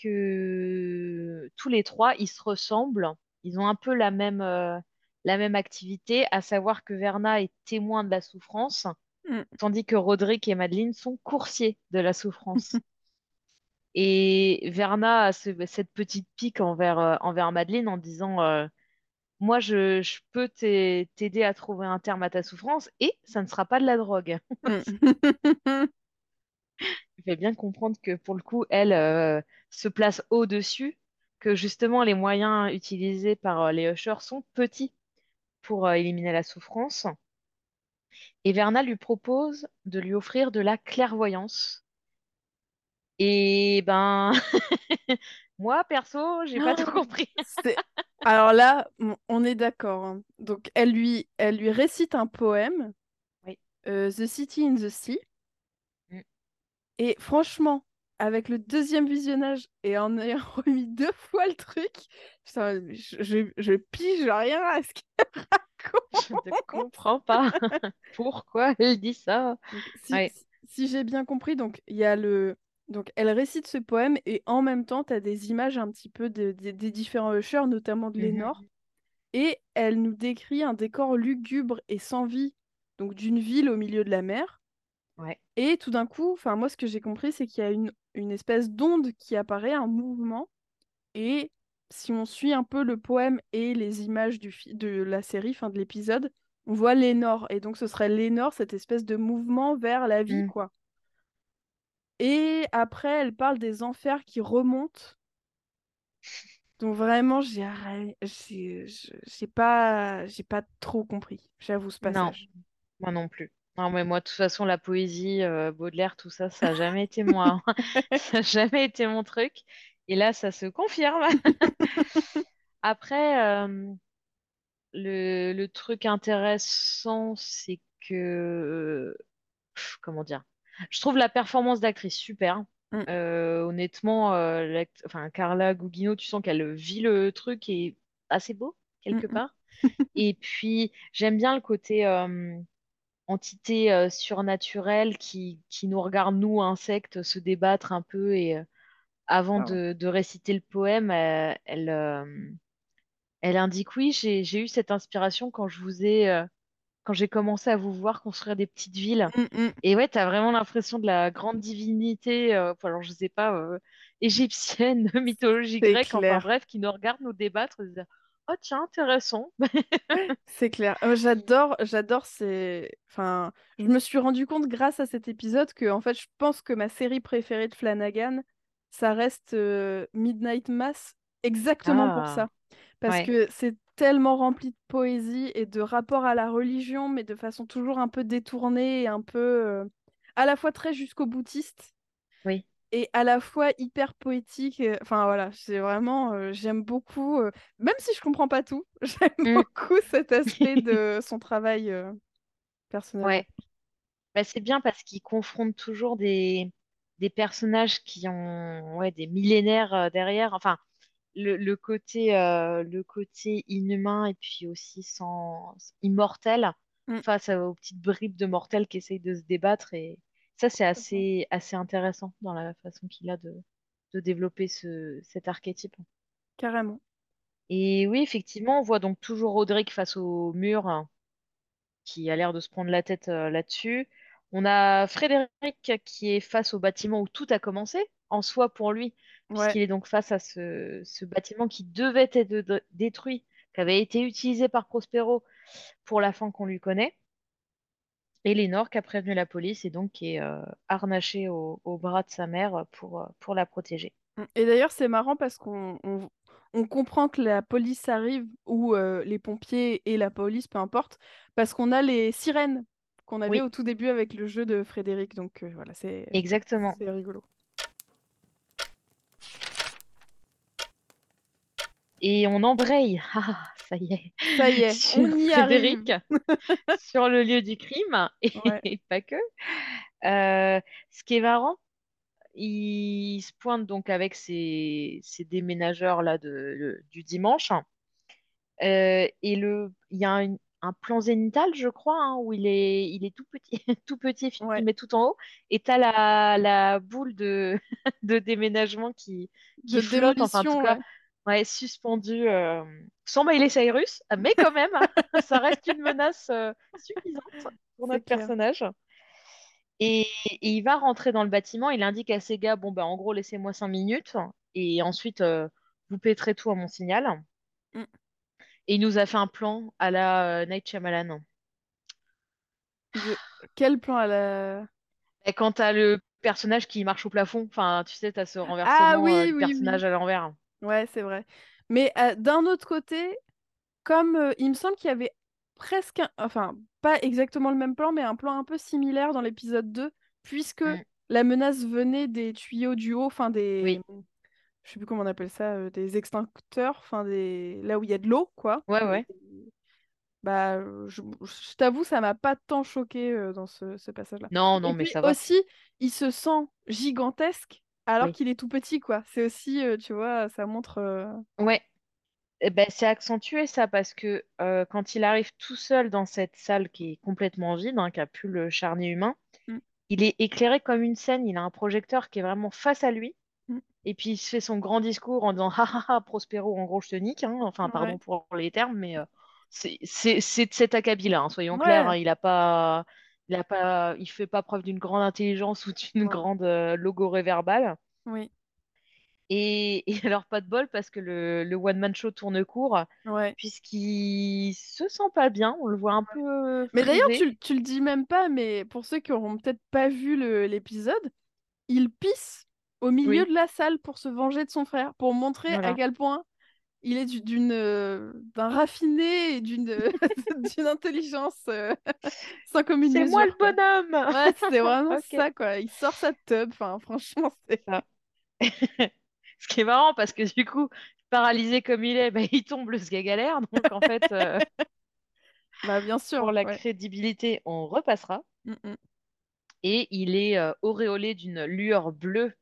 que tous les trois, ils se ressemblent. Ils ont un peu la même activité, à savoir que Verna est témoin de la souffrance, Mm. tandis que Roderick et Madeleine sont coursiers de la souffrance. Et Verna a cette petite pique envers Madeleine en disant moi, je peux t'aider à trouver un terme à ta souffrance et ça ne sera pas de la drogue. Mm. Il fait bien comprendre que pour le coup, elle se place au-dessus, que justement les moyens utilisés par les Ushers sont petits pour éliminer la souffrance. Et Verna lui propose de lui offrir de la clairvoyance. Et ben, moi, perso, j'ai pas tout Oh, compris. c'est... Alors là, on est d'accord, hein. Donc, elle lui récite un poème, Oui. The City in the Sea. Mm. Et franchement, avec le deuxième visionnage et en ayant remis deux fois le truc, putain, je pige rien à ce qu'elle Je ne raconte. comprends pas pourquoi elle dit ça. Donc, Ouais. si j'ai bien compris, donc il y a le. Donc, elle récite ce poème et en même temps, tu as des images un petit peu des différents ushers, notamment de Lénore. Mhm. Et elle nous décrit un décor lugubre et sans vie, donc d'une ville au milieu de la mer. Ouais. Et tout d'un coup, enfin moi ce que j'ai compris, c'est qu'il y a une espèce d'onde qui apparaît, un mouvement. Et si on suit un peu le poème et les images de la série, enfin de l'épisode, on voit Lénore. Et donc ce serait Lénore, cette espèce de mouvement vers la vie, Mm. quoi. Et après, elle parle des enfers qui remontent. Donc vraiment, j'ai pas trop compris, j'avoue, ce Non, passage. moi non plus. Non, mais moi, de toute façon, la poésie, Baudelaire, tout ça, ça n'a jamais été moi. Ça n'a jamais été mon truc. Et là, ça se confirme. Après, le truc intéressant, c'est que, comment dire, je trouve la performance d'actrice super. Mm, Honnêtement, enfin, Carla Gugino, tu sens qu'elle vit le truc et est assez beau, quelque mm, part. Et puis, j'aime bien le côté entité surnaturelle qui nous regarde, nous, insectes, se débattre un peu. Et avant mm. de réciter le poème, elle indique, oui, j'ai eu cette inspiration quand j'ai commencé à vous voir construire des petites villes. Mm, mm. Et ouais, t'as vraiment l'impression de la grande divinité, enfin, alors je sais pas, égyptienne, mythologie C'est grecque, enfin clair. bref, qui nous regarde nous débattre, et se dire, oh tiens, intéressant. C'est clair. J'adore Enfin, je me suis rendu compte grâce à cet épisode que, en fait, je pense que ma série préférée de Flanagan, ça reste Midnight Mass, exactement pour Ah, ça. Parce ouais. que c'est tellement rempli de poésie et de rapport à la religion, mais de façon toujours un peu détournée et un peu à la fois très jusqu'au boutiste Oui. et à la fois hyper poétique. Enfin voilà, c'est vraiment, j'aime beaucoup, même si je comprends pas tout, j'aime Mm. beaucoup cet aspect de son travail personnellement. Ouais. Bah, c'est bien parce qu'ils confrontent toujours des personnages qui ont ouais, des millénaires derrière. Enfin, le côté inhumain et puis aussi immortel Mm, face aux petites bribes de mortels qui essayent de se débattre. Et ça, c'est complètement. assez intéressant dans la façon qu'il a de développer cet archétype. Carrément. Et oui, effectivement, on voit donc toujours Roderick face au mur, hein, qui a l'air de se prendre la tête là-dessus. On a Frédéric qui est face au bâtiment où tout a commencé, en soi pour lui, Ouais, puisqu'il est donc face à ce bâtiment qui devait être détruit, qui avait été utilisé par Prospero pour la fin qu'on lui connaît. Et Lénore qui a prévenu la police et donc qui est harnachée au bras de sa mère pour la protéger. mm. Et d'ailleurs, c'est marrant parce on comprend que la police arrive ou les pompiers et la police, peu importe, parce qu'on a les sirènes qu'on avait Oui, au tout début avec le jeu de Frédéric. Donc voilà, exactement. c'est rigolo. Et on embraye, ah, ça y est, Ça y est, sur on y arrive. Frédéric, sur le lieu du crime, Ouais, et pas que. Euh, Ce qui est marrant, il se pointe donc avec ses déménageurs là du dimanche. Et il y a un plan zénithal, je crois, hein, où il est tout petit, tout petit, Ouais. filmé tout en haut, et t'as la boule de, de déménagement De qui flotte, enfin en tout démolition, cas, ouais. ouais, suspendue, sans Miley Cyrus, mais quand même, ça reste une menace suffisante pour C'est notre clair. personnage. Et il va rentrer dans le bâtiment, il indique à ses gars, bon, ben, en gros, laissez-moi 5 minutes, et ensuite, vous péterez tout à mon signal. Mm. Et il nous a fait un plan à la Night Shyamalan. De... Quel plan à la... Et quand t'as le personnage qui marche au plafond, enfin, tu sais, t'as ce Ah renversement oui, du oui, personnage oui. à l'envers. Ouais, c'est vrai. Mais d'un autre côté, comme il me semble qu'il y avait presque enfin, pas exactement le même plan, mais un plan un peu similaire dans l'épisode 2, puisque Mm. la menace venait des tuyaux du haut, enfin des... Oui, Je sais plus comment on appelle ça, des extincteurs, enfin des... là où il y a de l'eau, quoi. ouais, ouais. Bah, je t'avoue, ça m'a pas tant choqué dans ce passage-là. Non, non, Et mais puis ça va. aussi, il se sent gigantesque alors Oui. qu'il est tout petit, quoi. C'est aussi, tu vois, ça montre... Ouais. Eh ben, c'est accentué ça parce que quand il arrive tout seul dans cette salle qui est complètement vide, hein, qui a plus le charnier humain, Mm, il est éclairé comme une scène. Il a un projecteur qui est vraiment face à lui. mm. Et puis il se fait son grand discours en disant ha ha ha Prospero, en gros je te nique, hein. Enfin pardon Ouais, pour les termes, mais c'est de cet acabit-là, hein, soyons clairs, ouais, hein. Il fait pas preuve d'une grande intelligence ou d'une non, grande logorée verbale. oui, Et alors pas de bol parce que le one-man show tourne court, ouais. puisqu'il se sent pas bien, on le voit un peu Mais d'ailleurs, frisé. tu le dis même pas, mais pour ceux qui auront peut-être pas vu l'épisode, il pisse au milieu Oui, de la salle pour se venger de son frère, pour montrer à voilà. quel point il est d'un raffiné et d'une d'une intelligence sans commune C'est moi le mesure, quoi. bonhomme! Ouais, c'est vraiment Ok, ça, quoi. Il sort sa tub, enfin, franchement, c'est c'est... ça. Ce qui est marrant parce que du coup, paralysé comme il est, bah, il tombe le galère. Donc en fait, Bah, bien pour sûr, la ouais. crédibilité, on repassera. Mm, mm. Et il est auréolé d'une lueur bleue,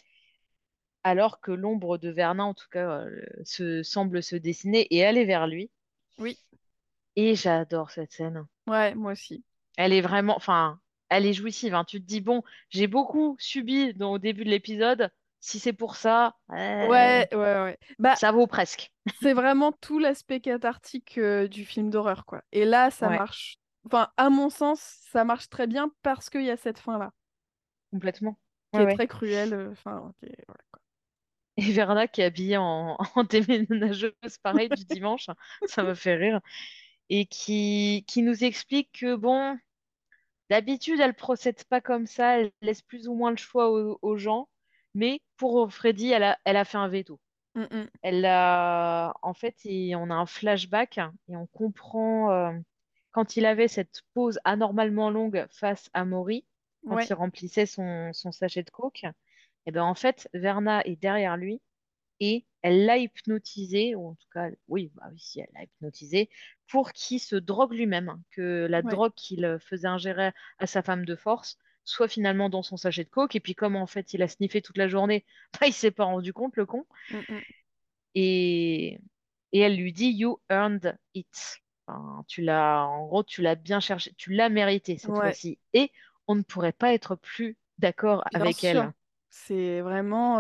alors que l'ombre de Vernon, en tout cas, semble se dessiner et aller vers lui. Oui, Et j'adore cette scène. ouais, moi aussi. Elle est vraiment, enfin, elle est jouissive, hein. Tu te dis, bon, j'ai beaucoup subi au début de l'épisode. Si c'est pour ça, Ouais, ouais, ouais. Bah, ça vaut presque. c'est vraiment tout l'aspect cathartique du film d'horreur, quoi. Et là, ça Ouais, marche. Enfin, à mon sens, ça marche très bien parce qu'il y a cette fin-là, complètement. qui Ouais, est ouais. très cruelle. Enfin, voilà, quoi. Et Verna qui est habillée en déménageuse, pareil, du dimanche, ça me fait rire. Et qui nous explique que, bon, d'habitude, elle procède pas comme ça, elle laisse plus ou moins le choix aux gens. Mais pour Freddy, elle a fait un veto. Mm, mm. En fait, on a un flashback et on comprend quand il avait cette pause anormalement longue face à Maury, quand Ouais, il remplissait son sachet de coke, et ben en fait, Verna est derrière lui et elle l'a hypnotisé, ou en tout cas, oui, bah oui, si, elle l'a hypnotisé, pour qu'il se drogue lui-même, hein, que la ouais, drogue qu'il faisait ingérer à sa femme de force soit finalement dans son sachet de coke, et puis comme en fait il a sniffé toute la journée, bah, il s'est pas rendu compte, le con, mm, mm. et, et elle lui dit, You earned it. Enfin, en gros, tu l'as bien cherché, tu l'as mérité cette Ouais, fois-ci, et on ne pourrait pas être plus d'accord bien avec sûr. elle. C'est vraiment,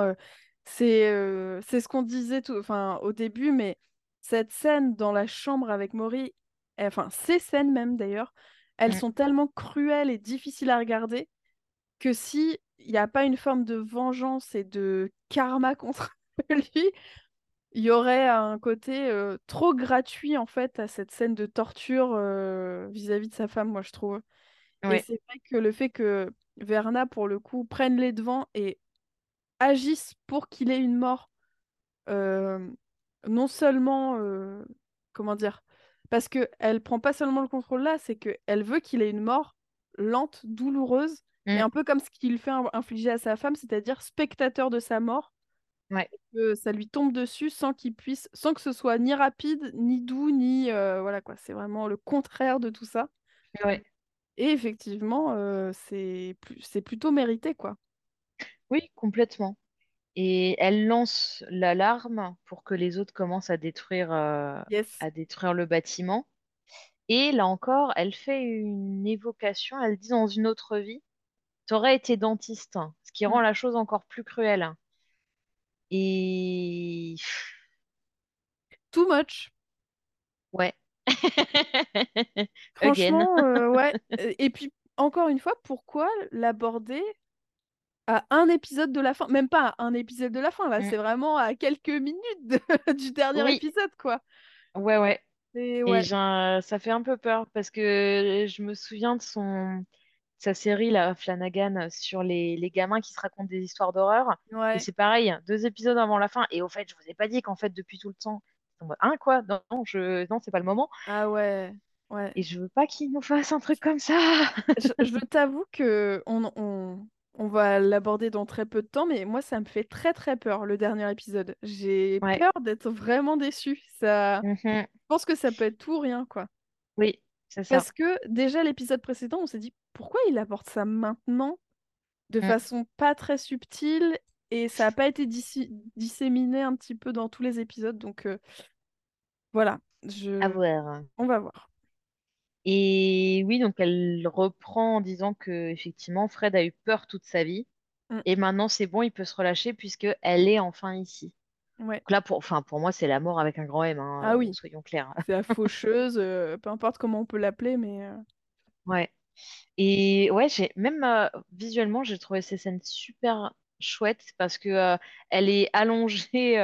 c'est ce qu'on disait enfin, au début, mais cette scène dans la chambre avec Maury, enfin, ces scènes même d'ailleurs, elles Mm. sont tellement cruelles et difficiles à regarder que si il n'y a pas une forme de vengeance et de karma contre lui, il y aurait un côté trop gratuit en fait à cette scène de torture vis-à-vis de sa femme, moi je trouve. Et Ouais, c'est vrai que le fait que Verna, pour le coup, prenne les devants et agisse pour qu'il ait une mort, euh, non seulement, comment dire, parce que elle prend pas seulement le contrôle là, c'est que elle veut qu'il ait une mort lente, douloureuse, et Mm. un peu comme ce qu'il fait infliger à sa femme, c'est-à-dire spectateur de sa mort, Ouais, que ça lui tombe dessus sans qu'il puisse, sans que ce soit ni rapide, ni doux, ni voilà quoi, c'est vraiment le contraire de tout ça. ouais. Et effectivement, c'est plutôt mérité quoi. Oui, complètement. Et elle lance l'alarme pour que les autres commencent Yes. à détruire le bâtiment. Et là encore, elle fait une évocation, elle dit dans une autre vie, t'aurais été dentiste, ce qui Mm. rend la chose encore plus cruelle. Et Too much. ouais. Again. Franchement, ouais. Et puis, encore une fois, pourquoi l'aborder à un épisode de la fin? Même pas à un épisode de la fin, là, Mm. c'est vraiment à quelques minutes du dernier Oui, épisode, quoi. ouais, ouais. Et Et ouais, ça fait un peu peur parce que je me souviens de sa série, là, Flanagan, sur les gamins qui se racontent des histoires d'horreur. Et ouais. c'est pareil, 2 épisodes avant la fin. Et au fait, je vous ai pas dit qu'en fait, depuis tout le temps, en mode, hein, quoi? Non, non, non, c'est pas le moment. Ah ouais, ouais. Et je veux pas qu'il nous fasse un truc comme ça. Je t'avoue que on va l'aborder dans très peu de temps, mais moi, ça me fait très très peur, le dernier épisode. J'ai Ouais. peur d'être vraiment déçue. Ça... Mhm. Je pense que ça peut être tout ou rien, quoi. Oui, c'est ça. Parce que déjà, l'épisode précédent, on s'est dit, pourquoi il aborde ça maintenant, de Mm. façon pas très subtile, et ça n'a pas été disséminé un petit peu dans tous les épisodes, donc voilà, À voir. on va voir. Et oui, donc elle reprend en disant que effectivement Fred a eu peur toute sa vie Mm, et maintenant c'est bon, il peut se relâcher puisque elle est enfin ici. ouais. Donc là, enfin, pour moi, c'est la mort avec un grand M, hein, Ah oui, soyons clairs. c'est la faucheuse, peu importe comment on peut l'appeler, mais Ouais. Et ouais, j'ai même visuellement, j'ai trouvé ces scènes super chouettes parce que elle est allongée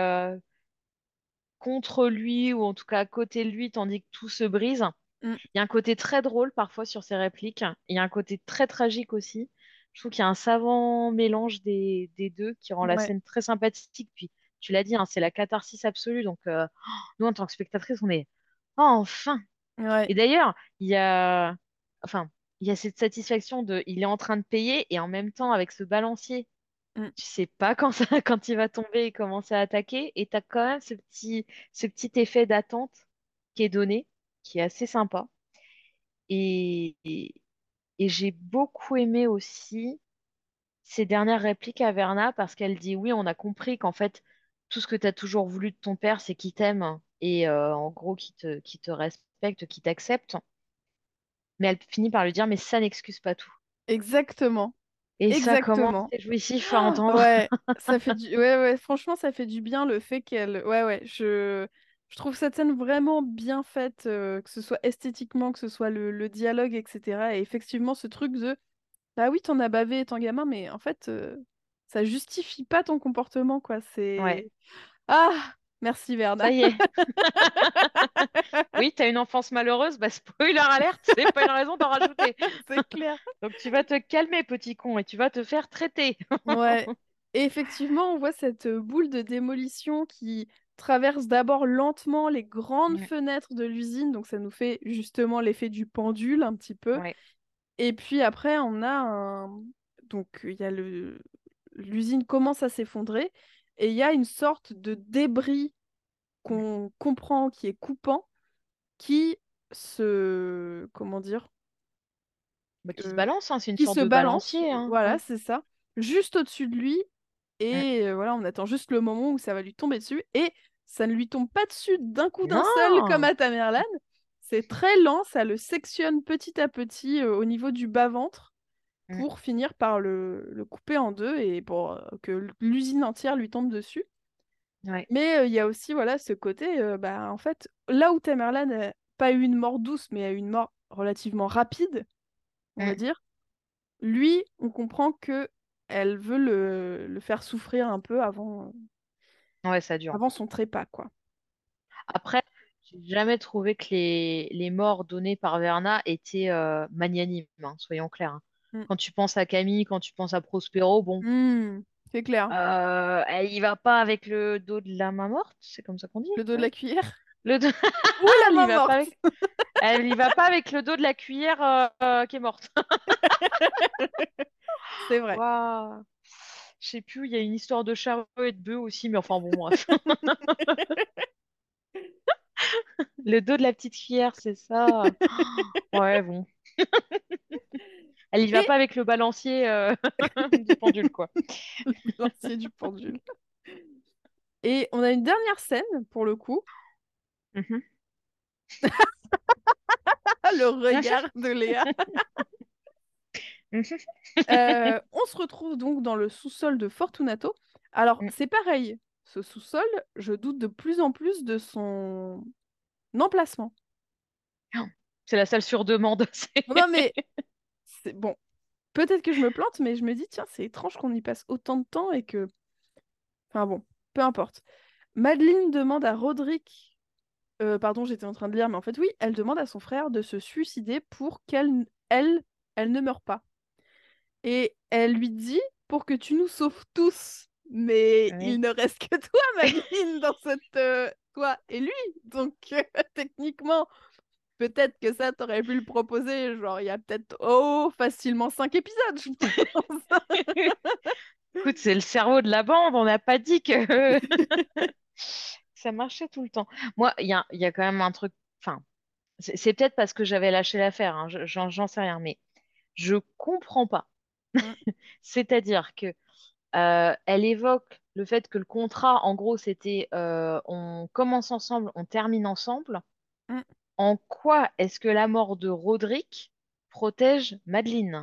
contre lui ou en tout cas à côté de lui tandis que tout se brise. mm, Il y a un côté très drôle parfois sur ses répliques. Il y a un côté très tragique aussi. Je trouve qu'il y a un savant mélange des deux qui rend la ouais, scène très sympathique. Puis tu l'as dit, hein, c'est la catharsis absolue. Donc nous, en tant que spectatrice, on est oh, enfin. ouais, Et d'ailleurs, enfin, il y a cette satisfaction de, il est en train de payer et en même temps avec ce balancier, mm, tu sais pas quand quand il va tomber et commencer à attaquer. Et t'as quand même ce petit effet d'attente qui est donné, qui est assez sympa. Et j'ai beaucoup aimé aussi ses dernières répliques à Verna parce qu'elle dit oui, on a compris qu'en fait, tout ce que tu as toujours voulu de ton père, c'est qu'il t'aime et en gros qu'il te respecte, qu'il t'accepte. Mais elle finit par lui dire, mais ça n'excuse pas tout. exactement, Et ça, comment exactement. c'est jouissif à entendre. Ouais, ça fait ouais, ouais, franchement, ça fait du bien le fait qu'elle, ouais, ouais, je trouve cette scène vraiment bien faite, que ce soit esthétiquement, que ce soit le dialogue, etc. Et effectivement, ce truc de, bah oui, t'en as bavé étant gamin, mais en fait, ça justifie pas ton comportement, quoi. Ouais, C'est, ah, merci ça Verna, y est. Oui, t'as une enfance malheureuse, bah spoiler alerte, c'est pas une raison d'en rajouter. c'est clair. Donc tu vas te calmer, petit con, et tu vas te faire traiter. Ouais. Et effectivement, on voit cette boule de démolition qui traverse d'abord lentement les grandes Mm. fenêtres de l'usine, donc ça nous fait justement l'effet du pendule un petit peu. Ouais, Et puis après, on a un... Donc il y a l'usine commence à s'effondrer et il y a une sorte de débris mm. qu'on comprend qui est coupant, qui se... Comment dire? Bah, qui se euh, balance, hein, c'est une qui sorte se de balance, balancier, hein. voilà, Mm. c'est ça, juste au-dessus de lui. Mm. Et voilà, on attend juste le moment où ça va lui tomber dessus. Et ça ne lui tombe pas dessus d'un coup d'un seul comme Non! à Tamerlan. C'est très lent, ça le sectionne petit à petit au niveau du bas-ventre Mm. pour finir par le couper en deux et pour que l'usine entière lui tombe dessus. Ouais, Mais il y a aussi voilà, ce côté, bah, en fait, là où Tamerlan n'a pas eu une mort douce, mais a eu une mort relativement rapide, on va mm. dire, lui, on comprend que elle veut le faire souffrir un peu Ouais, ça dure. avant son trépas, quoi. Après, j'ai jamais trouvé que les morts données par Verna étaient magnanimes, hein, soyons clairs, hein. Mm. Quand tu penses à Camille, quand tu penses à Prospero, bon, C'est clair. elle y va pas avec le dos de la main morte, c'est comme ça qu'on dit, Le dos de ouais. la cuillère Le dos... ou la elle y main va pas morte. avec... Elle y va pas avec le dos de la cuillère qui est morte. C'est vrai. Waouh. Je sais plus, il y a une histoire de charrue et de bœuf aussi, mais enfin bon, bref. Le dos de la petite cuillère, c'est ça. Ouais, bon. Elle y va Et pas avec le balancier du pendule, quoi. l'ancien du pendule. Et on a une dernière scène, pour le coup. Mhm. Le regard de Léa. On se retrouve donc dans le sous-sol de Fortunato. Alors, Mm. c'est pareil. Ce sous-sol, je doute de plus en plus de son emplacement. C'est la salle sur demande. Non, mais c'est bon. Peut-être que je me plante, mais je me dis, tiens, c'est étrange qu'on y passe autant de temps et que. Enfin bon, peu importe. Madeleine demande à Roderick. Pardon, j'étais en train de lire, mais en fait, oui, elle demande à son frère de se suicider pour elle ne meure pas. Et elle lui dit pour que tu nous sauves tous. Mais il Oui. ne reste que toi, Madeleine, dans cette. Toi et lui. Donc, techniquement, peut-être que ça, t'aurais pu le proposer. Genre, il y a peut-être, facilement 5 épisodes, je pense. Écoute, c'est le cerveau de la bande, on n'a pas dit que ça marchait tout le temps. Moi, il y a quand même un truc, enfin, c'est peut-être parce que j'avais lâché l'affaire, hein, j'en sais rien, mais je comprends pas. Mm, C'est-à-dire que elle évoque le fait que le contrat, en gros, c'était on commence ensemble, on termine ensemble. mm. En quoi est-ce que la mort de Roderick protège Madeleine?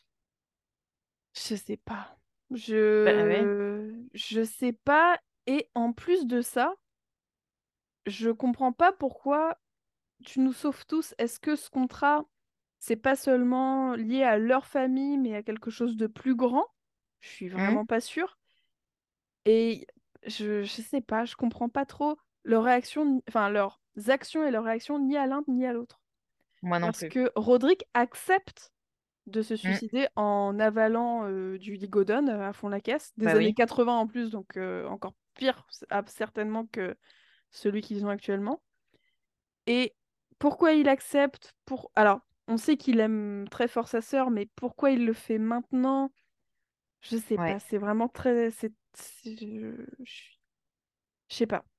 Je sais pas. Bah ouais, Je sais pas. Et en plus de ça, je comprends pas pourquoi tu nous sauves tous. Est-ce que ce contrat, c'est pas seulement lié à leur famille, mais à quelque chose de plus grand? Je suis hmm, vraiment pas sûre. Et je sais pas, je comprends pas trop leur réaction, enfin leurs actions et leurs réactions ni à l'un ni à l'autre. moi non Parce plus. que Roderick accepte de se Hmm, suicider en avalant du Ligodon à fond la caisse, des bah années oui, 80 en plus, donc encore pire certainement que celui qu'ils ont actuellement. Et pourquoi il accepte Alors, on sait qu'il aime très fort sa sœur, mais pourquoi il le fait maintenant? Je sais ouais. pas, c'est vraiment très... je sais pas.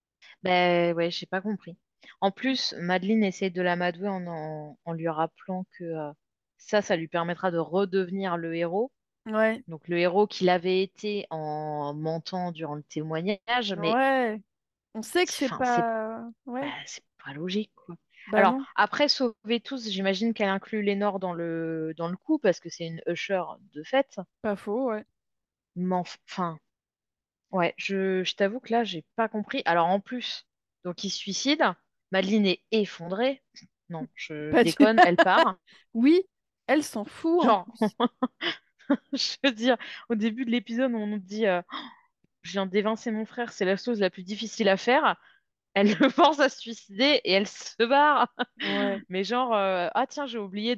Ben ouais, j'ai pas compris. En plus, Madeleine essaie de l'amadouer en lui rappelant que ça lui permettra de redevenir le héros. Ouais, Donc le héros qu'il avait été en mentant durant le témoignage, mais ouais. On sait que c'est enfin, c'est pas... bah, Ouais, c'est pas logique, quoi. bah Alors, non, après sauver tous, j'imagine qu'elle inclut Lénore dans le coup, parce que c'est une usher de fait. pas faux, ouais. Mais enfin, ouais, je t'avoue que là, j'ai pas compris. Alors en plus, donc il se suicide, Madeleine est effondrée. Non, je Pas du... déconne, elle part. Oui, elle s'en fout en Genre, plus. je veux dire, au début de l'épisode, on nous dit je viens d'évincer mon frère, c'est la chose la plus difficile à faire. Elle le force à se suicider et elle se barre. Ouais, Mais genre, ah tiens, j'ai oublié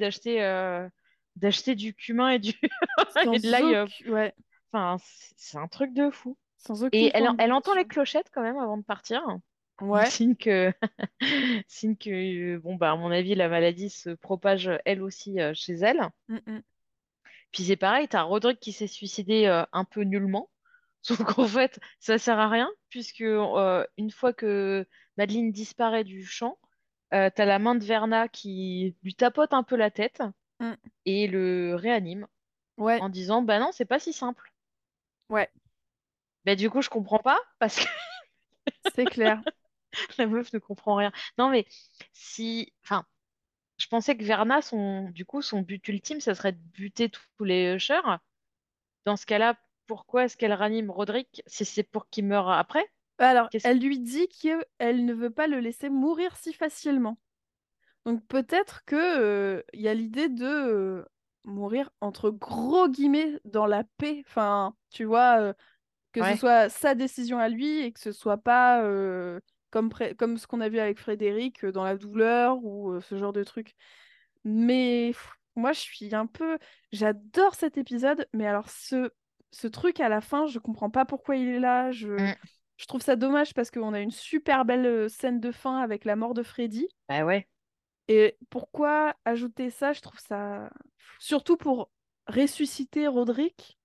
d'acheter du cumin et et de sans l'ail. ouais, Enfin, c'est un truc de fou. sans Et aucune elle entend les formalisation. clochettes quand même avant de partir. Ouais. Signe que, signe que, bon, bah, à mon avis, la maladie se propage elle aussi chez elle. Mm, mm. Puis c'est pareil, t'as Roderick qui s'est suicidé un peu nullement. Sauf qu'en fait, ça sert à rien, puisque une fois que Madeleine disparaît du champ, t'as la main de Verna qui lui tapote un peu la tête Mm. et le réanime Ouais, en disant, bah non, c'est pas si simple. ouais, Bah du coup, je comprends pas, parce que c'est clair. la meuf ne comprend rien. Non mais, enfin, je pensais que Verna, du coup, son but ultime, ça serait de buter tous les Ushers. Dans ce cas-là, pourquoi est-ce qu'elle ranime Roderick si c'est pour qu'il meure après? Alors, Qu'est-ce... elle lui dit qu'elle ne veut pas le laisser mourir si facilement. Donc peut-être que il y a l'idée de mourir entre gros guillemets dans la paix. Enfin, tu vois, que ce Ouais, soit sa décision à lui et que ce soit pas comme ce qu'on a vu avec Frédéric dans la douleur ou ce genre de truc. Mais moi, je suis un peu... J'adore cet épisode, mais alors ce truc à la fin, je comprends pas pourquoi il est là. mm, Je trouve ça dommage parce qu'on a une super belle scène de fin avec la mort de Freddy. bah ouais, Et pourquoi ajouter ça? Je trouve ça... Surtout pour ressusciter Roderick.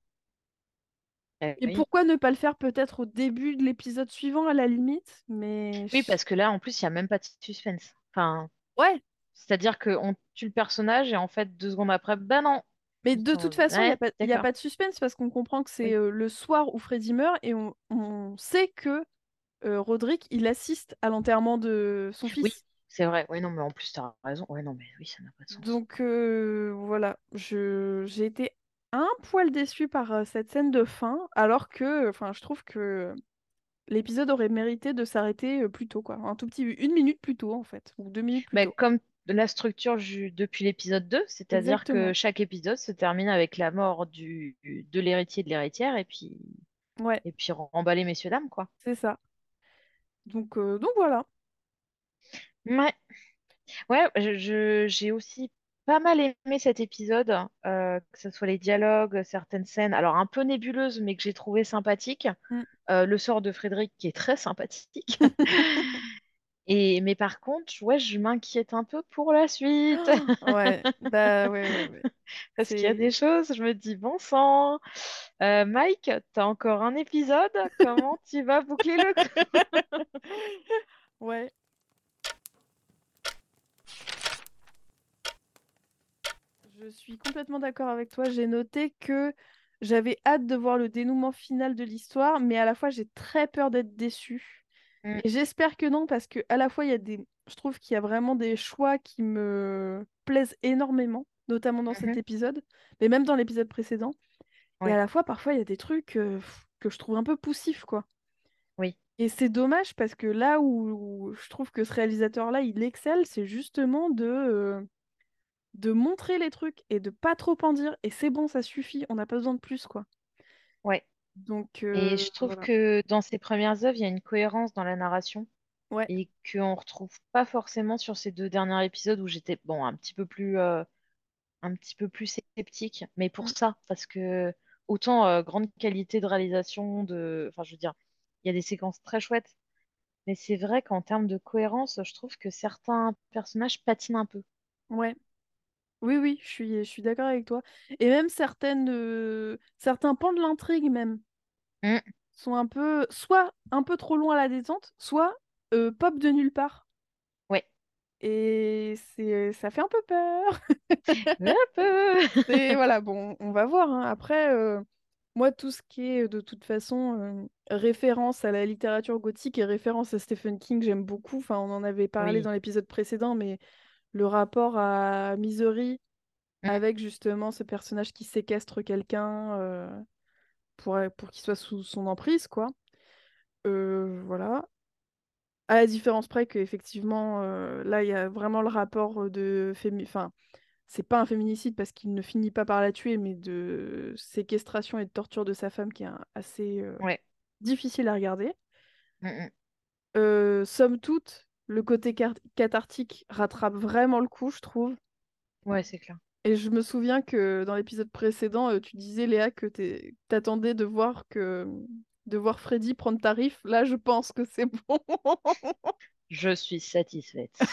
bah Et oui. pourquoi ne pas le faire peut-être au début de l'épisode suivant à la limite? Mais... Oui, parce que là, en plus, il n'y a même pas de suspense. Enfin, Ouais, c'est-à-dire qu'on tue le personnage et en fait, 2 secondes après, bah non. mais de toute façon, Ouais, il y a d'accord. pas de suspense parce qu'on comprend que c'est Oui, le soir où Freddy meurt et on sait que Roderick, il assiste à l'enterrement de son oui, fils. C'est vrai. Oui, non, mais en plus, t'as raison. Ouais, non, mais oui, ça n'a pas de sens. Donc voilà, j'ai été un poil déçue par cette scène de fin, alors que enfin, je trouve que l'épisode aurait mérité de s'arrêter plus tôt, quoi. Un tout petit, 1 minute plus tôt, en fait, ou 2 minutes plus Mais tôt. comme la structure depuis l'épisode 2, c'est-à-dire que Exactement. chaque épisode se termine avec la mort de l'héritier et de l'héritière, Ouais, et puis remballer messieurs dames, quoi. c'est ça. Donc voilà. Ouais, ouais, j'ai aussi pas mal aimé cet épisode, que ce soit les dialogues, certaines scènes, alors un peu nébuleuses, mais que j'ai trouvé sympathiques. Mm. Le sort de Frédéric qui est très sympathique. Mais par contre, ouais, je m'inquiète un peu pour la suite. Ouais, bah ouais, ouais, ouais. Parce qu'il y a des C'est. choses, je me dis, bon sang, Mike, t'as encore un épisode, comment tu vas boucler le coup? Ouais, je suis complètement d'accord avec toi. J'ai noté que j'avais hâte de voir le dénouement final de l'histoire, mais à la fois j'ai très peur d'être déçue. Mm, Et j'espère que non, parce que à la fois il y a des, je trouve qu'il y a vraiment des choix qui me plaisent énormément, notamment dans cet mhm, épisode, mais même dans l'épisode précédent. Et à ouais, la fois, parfois, il y a des trucs que je trouve un peu poussifs, quoi. oui, Et c'est dommage parce que là où je trouve que ce réalisateur-là, il excelle, c'est justement de montrer les trucs et de pas trop en dire. Et c'est bon, ça suffit, on n'a pas besoin de plus, quoi. ouais. Donc Et je trouve voilà. que dans ses premières œuvres, il y a une cohérence dans la narration Ouais, et qu'on retrouve pas forcément sur ces deux derniers épisodes où j'étais, bon, un petit peu plus sceptique. Mais pour mm, ça, parce que autant grande qualité de réalisation, enfin, je veux dire, il y a des séquences très chouettes. Mais c'est vrai qu'en termes de cohérence, je trouve que certains personnages patinent un peu. ouais. Oui, oui, je suis d'accord avec toi. Et même certains pans de l'intrigue, même, Mm, sont un peu, soit un peu trop loin à la détente, soit pop de nulle part. ouais, Et ça fait un peu peur. un peu. C'est, voilà, bon, on va voir, hein. Après, moi, tout ce qui est de toute façon référence à la littérature gothique et référence à Stephen King, j'aime beaucoup. Enfin, on en avait parlé dans Oui. l'épisode précédent, mais le rapport à Misery Mm, avec justement ce personnage qui séquestre quelqu'un pour qu'il soit sous son emprise, quoi. Voilà. À la différence près qu'effectivement, là, il y a vraiment le rapport enfin, c'est pas un féminicide parce qu'il ne finit pas par la tuer, mais de séquestration et de torture de sa femme qui est assez ouais. difficile à regarder. Mm, mm. Somme toute, le côté cathartique rattrape vraiment le coup, je trouve. Ouais, c'est clair. Et je me souviens que dans l'épisode précédent, tu disais, Léa, que t'attendais de voir Freddy prendre tarif. Là, je pense que c'est bon. Je suis satisfaite.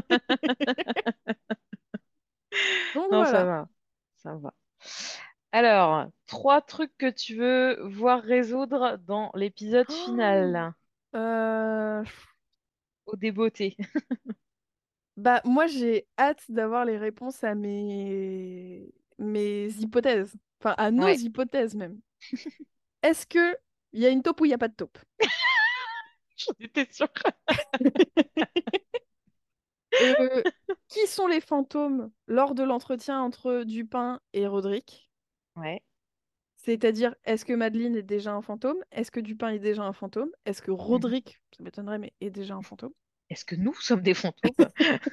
Donc Non, ça voilà. va. Ça va. Alors, trois trucs que tu veux voir résoudre dans l'épisode Oh final, Euh, au débeauté. Bah, moi, j'ai hâte d'avoir les réponses à mes hypothèses. Enfin, à nos Ouais, hypothèses même. Est-ce que il y a une taupe ou il n'y a pas de taupe? j'en étais sûre. Euh, qui sont les fantômes lors de l'entretien entre Dupin et Roderick? Ouais. C'est-à-dire, est-ce que Madeleine est déjà un fantôme? Est-ce que Dupin est déjà un fantôme? Est-ce que Mhm. Roderick, ça m'étonnerait, mais est déjà un fantôme? Est-ce que nous sommes des fantômes?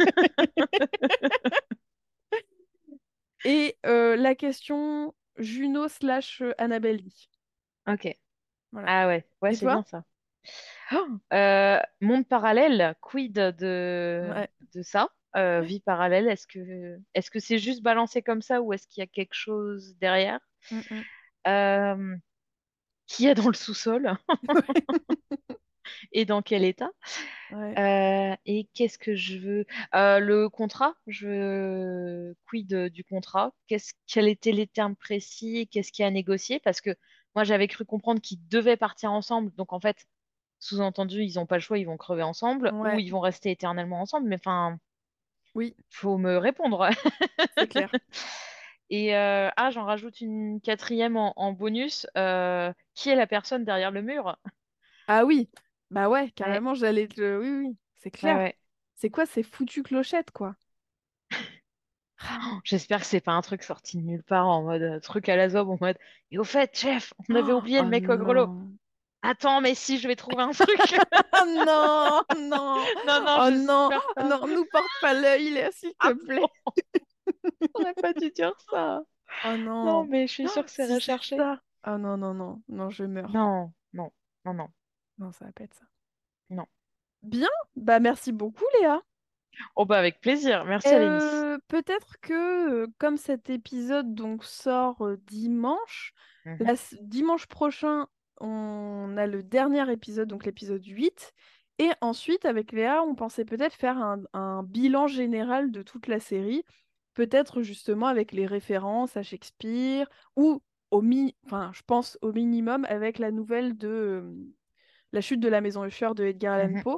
Et la question Juno slash Annabelle Lee. Ok. Voilà. Ah ouais, ouais, Et c'est toi? bien ça. Oh, monde parallèle, quid Ouais. de ça? Vie parallèle, est-ce que c'est juste balancé comme ça ou est-ce qu'il y a quelque chose derrière? Mm, mm. Euh, qui est dans le sous-sol et dans quel état? Ouais. Et qu'est-ce que je veux? Le contrat, je veux quid du contrat? Quels étaient les termes précis? Qu'est-ce qu'il y a à négocier? Parce que moi j'avais cru comprendre qu'ils devaient partir ensemble, donc en fait, sous-entendu, ils n'ont pas le choix, ils vont crever ensemble ou Ouais. ils vont rester éternellement ensemble. Mais enfin, Oui, faut me répondre. c'est clair. Et j'en rajoute une quatrième en bonus. Qui est la personne derrière le mur? Ah oui, bah ouais, Ouais, carrément, j'allais te... Oui, oui, c'est ouais, clair. ouais. C'est quoi ces foutues clochettes, quoi? Oh, j'espère que c'est pas un truc sorti de nulle part en mode truc à la zob, en mode et au fait, chef, on avait oublié le Oh mec au grelot. non. Attends, mais si, je vais trouver un truc. Oh non, non, Non, non, oh non, j'espère pas. non, nous porte pas l'œil, Léa, s'il te Ah plaît. non, on aurait pas dû dire ça. Oh Non, non. mais je suis sûre Oh, que c'est si c'est recherché. ça. Oh non, non, non, non, je meurs. Non, non, non, non, Non, ça va pas être ça. non. Bien, bah merci beaucoup, Léa. Oh bah avec plaisir. Merci Alénis. Peut-être que comme cet épisode donc sort dimanche, Mhm, dimanche prochain, on a le dernier épisode, donc l'épisode 8. Et ensuite, avec Léa, on pensait peut-être faire un bilan général de toute la série, peut-être justement avec les références à Shakespeare, ou enfin, je pense au minimum avec la nouvelle de La chute de la maison Usher de Edgar Allan mhm. Poe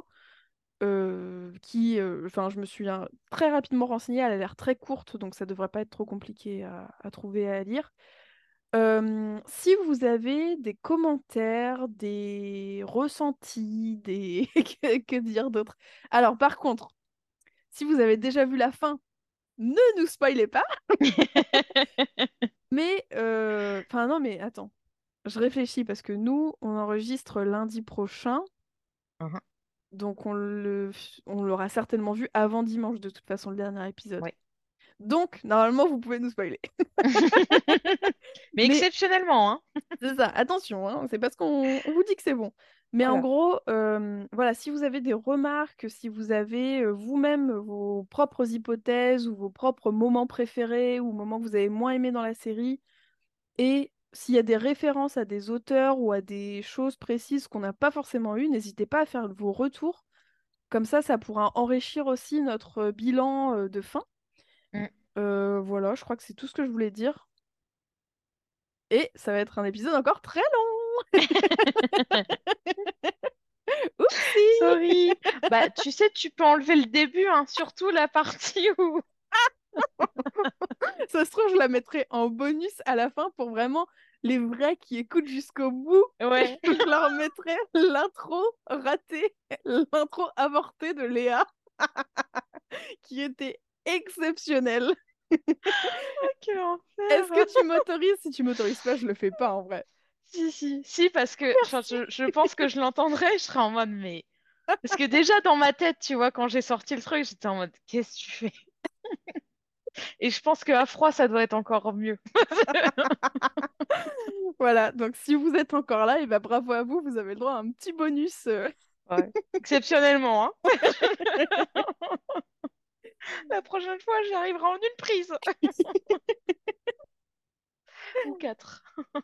enfin, je me suis très rapidement renseignée, elle a l'air très courte, donc ça devrait pas être trop compliqué à trouver et à lire. Si vous avez des commentaires, des ressentis, des... que dire d'autre? Alors, par contre, si vous avez déjà vu la fin, ne nous spoilez pas. Mais, enfin non, mais attends, je réfléchis parce que nous, on enregistre lundi prochain. Mhm, Donc on l'aura certainement vu avant dimanche de toute façon le dernier épisode. ouais. Donc normalement vous pouvez nous spoiler. Mais Mais exceptionnellement, hein. c'est ça, attention, hein, c'est parce qu'on vous dit que c'est bon. Mais en Voilà. gros, voilà, si vous avez des remarques, si vous avez vous-même vos propres hypothèses ou vos propres moments préférés ou moments que vous avez moins aimés dans la série, et s'il y a des références à des auteurs ou à des choses précises qu'on n'a pas forcément eues, n'hésitez pas à faire vos retours. Comme ça pourra enrichir aussi notre bilan de fin. Mm. Voilà, je crois que c'est tout ce que je voulais dire. Et ça va être un épisode encore très long. Oupsie! Sorry. Bah, tu sais, tu peux enlever le début, hein, surtout la partie où... Ça se trouve, je la mettrai en bonus à la fin pour vraiment les vrais qui écoutent jusqu'au bout. Ouais. Je leur mettrai l'intro ratée, l'intro avortée de Léa, qui était exceptionnelle. Quel Est-ce que enfer. tu m'autorises? Si tu m'autorises pas, je le fais pas en vrai. Si, si, si, parce que enfin, Merci. je pense que je l'entendrai, je serai en mode, mais... Parce que déjà, dans ma tête, tu vois, quand j'ai sorti le truc, j'étais en mode, qu'est-ce que tu fais? Et je pense qu'à froid, ça doit être encore mieux. Voilà, donc si vous êtes encore là, et ben bravo à vous, vous avez le droit à un petit bonus. Ouais. Exceptionnellement, hein. La prochaine fois, j'y arriverai en une prise. Ou quatre.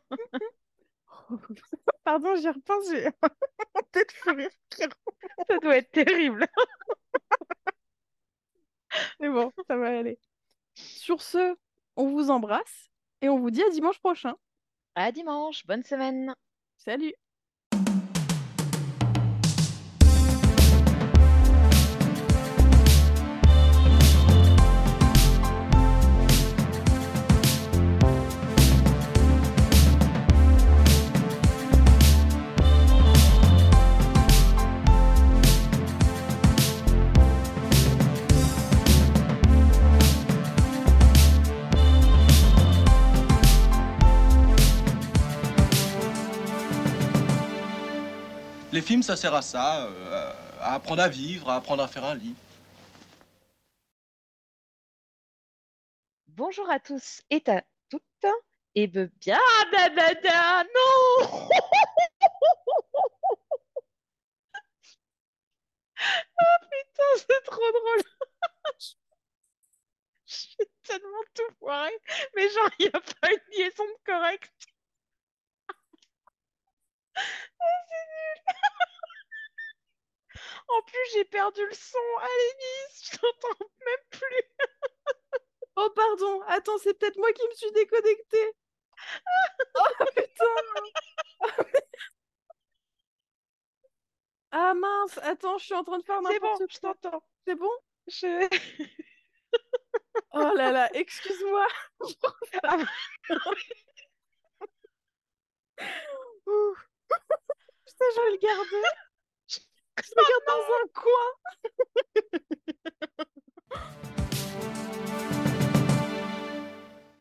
Pardon, j'y repense, j'ai peut-être fou rire. Ça doit être terrible. Mais bon, ça va aller. Sur ce, on vous embrasse et on vous dit à dimanche prochain. À dimanche, bonne semaine. Salut! Les films, ça sert à ça, à apprendre à vivre, à apprendre à faire un lit. Bonjour à tous et à toutes. Et bien, non! Putain, c'est trop drôle. J'ai tellement tout foiré. Mais genre, il n'y a pas une liaison correcte. En plus, j'ai perdu le son. Allez, Nice, je t'entends même plus. Oh pardon, attends, c'est peut-être moi qui me suis déconnectée. Oh putain! Ah mince, attends, je suis en train de faire C'est n'importe bon, je quoi. t'entends. C'est bon? Je... Oh là là, excuse-moi. Ah, Ouh, ça, je vais le garder. Je le regarde dans un coin.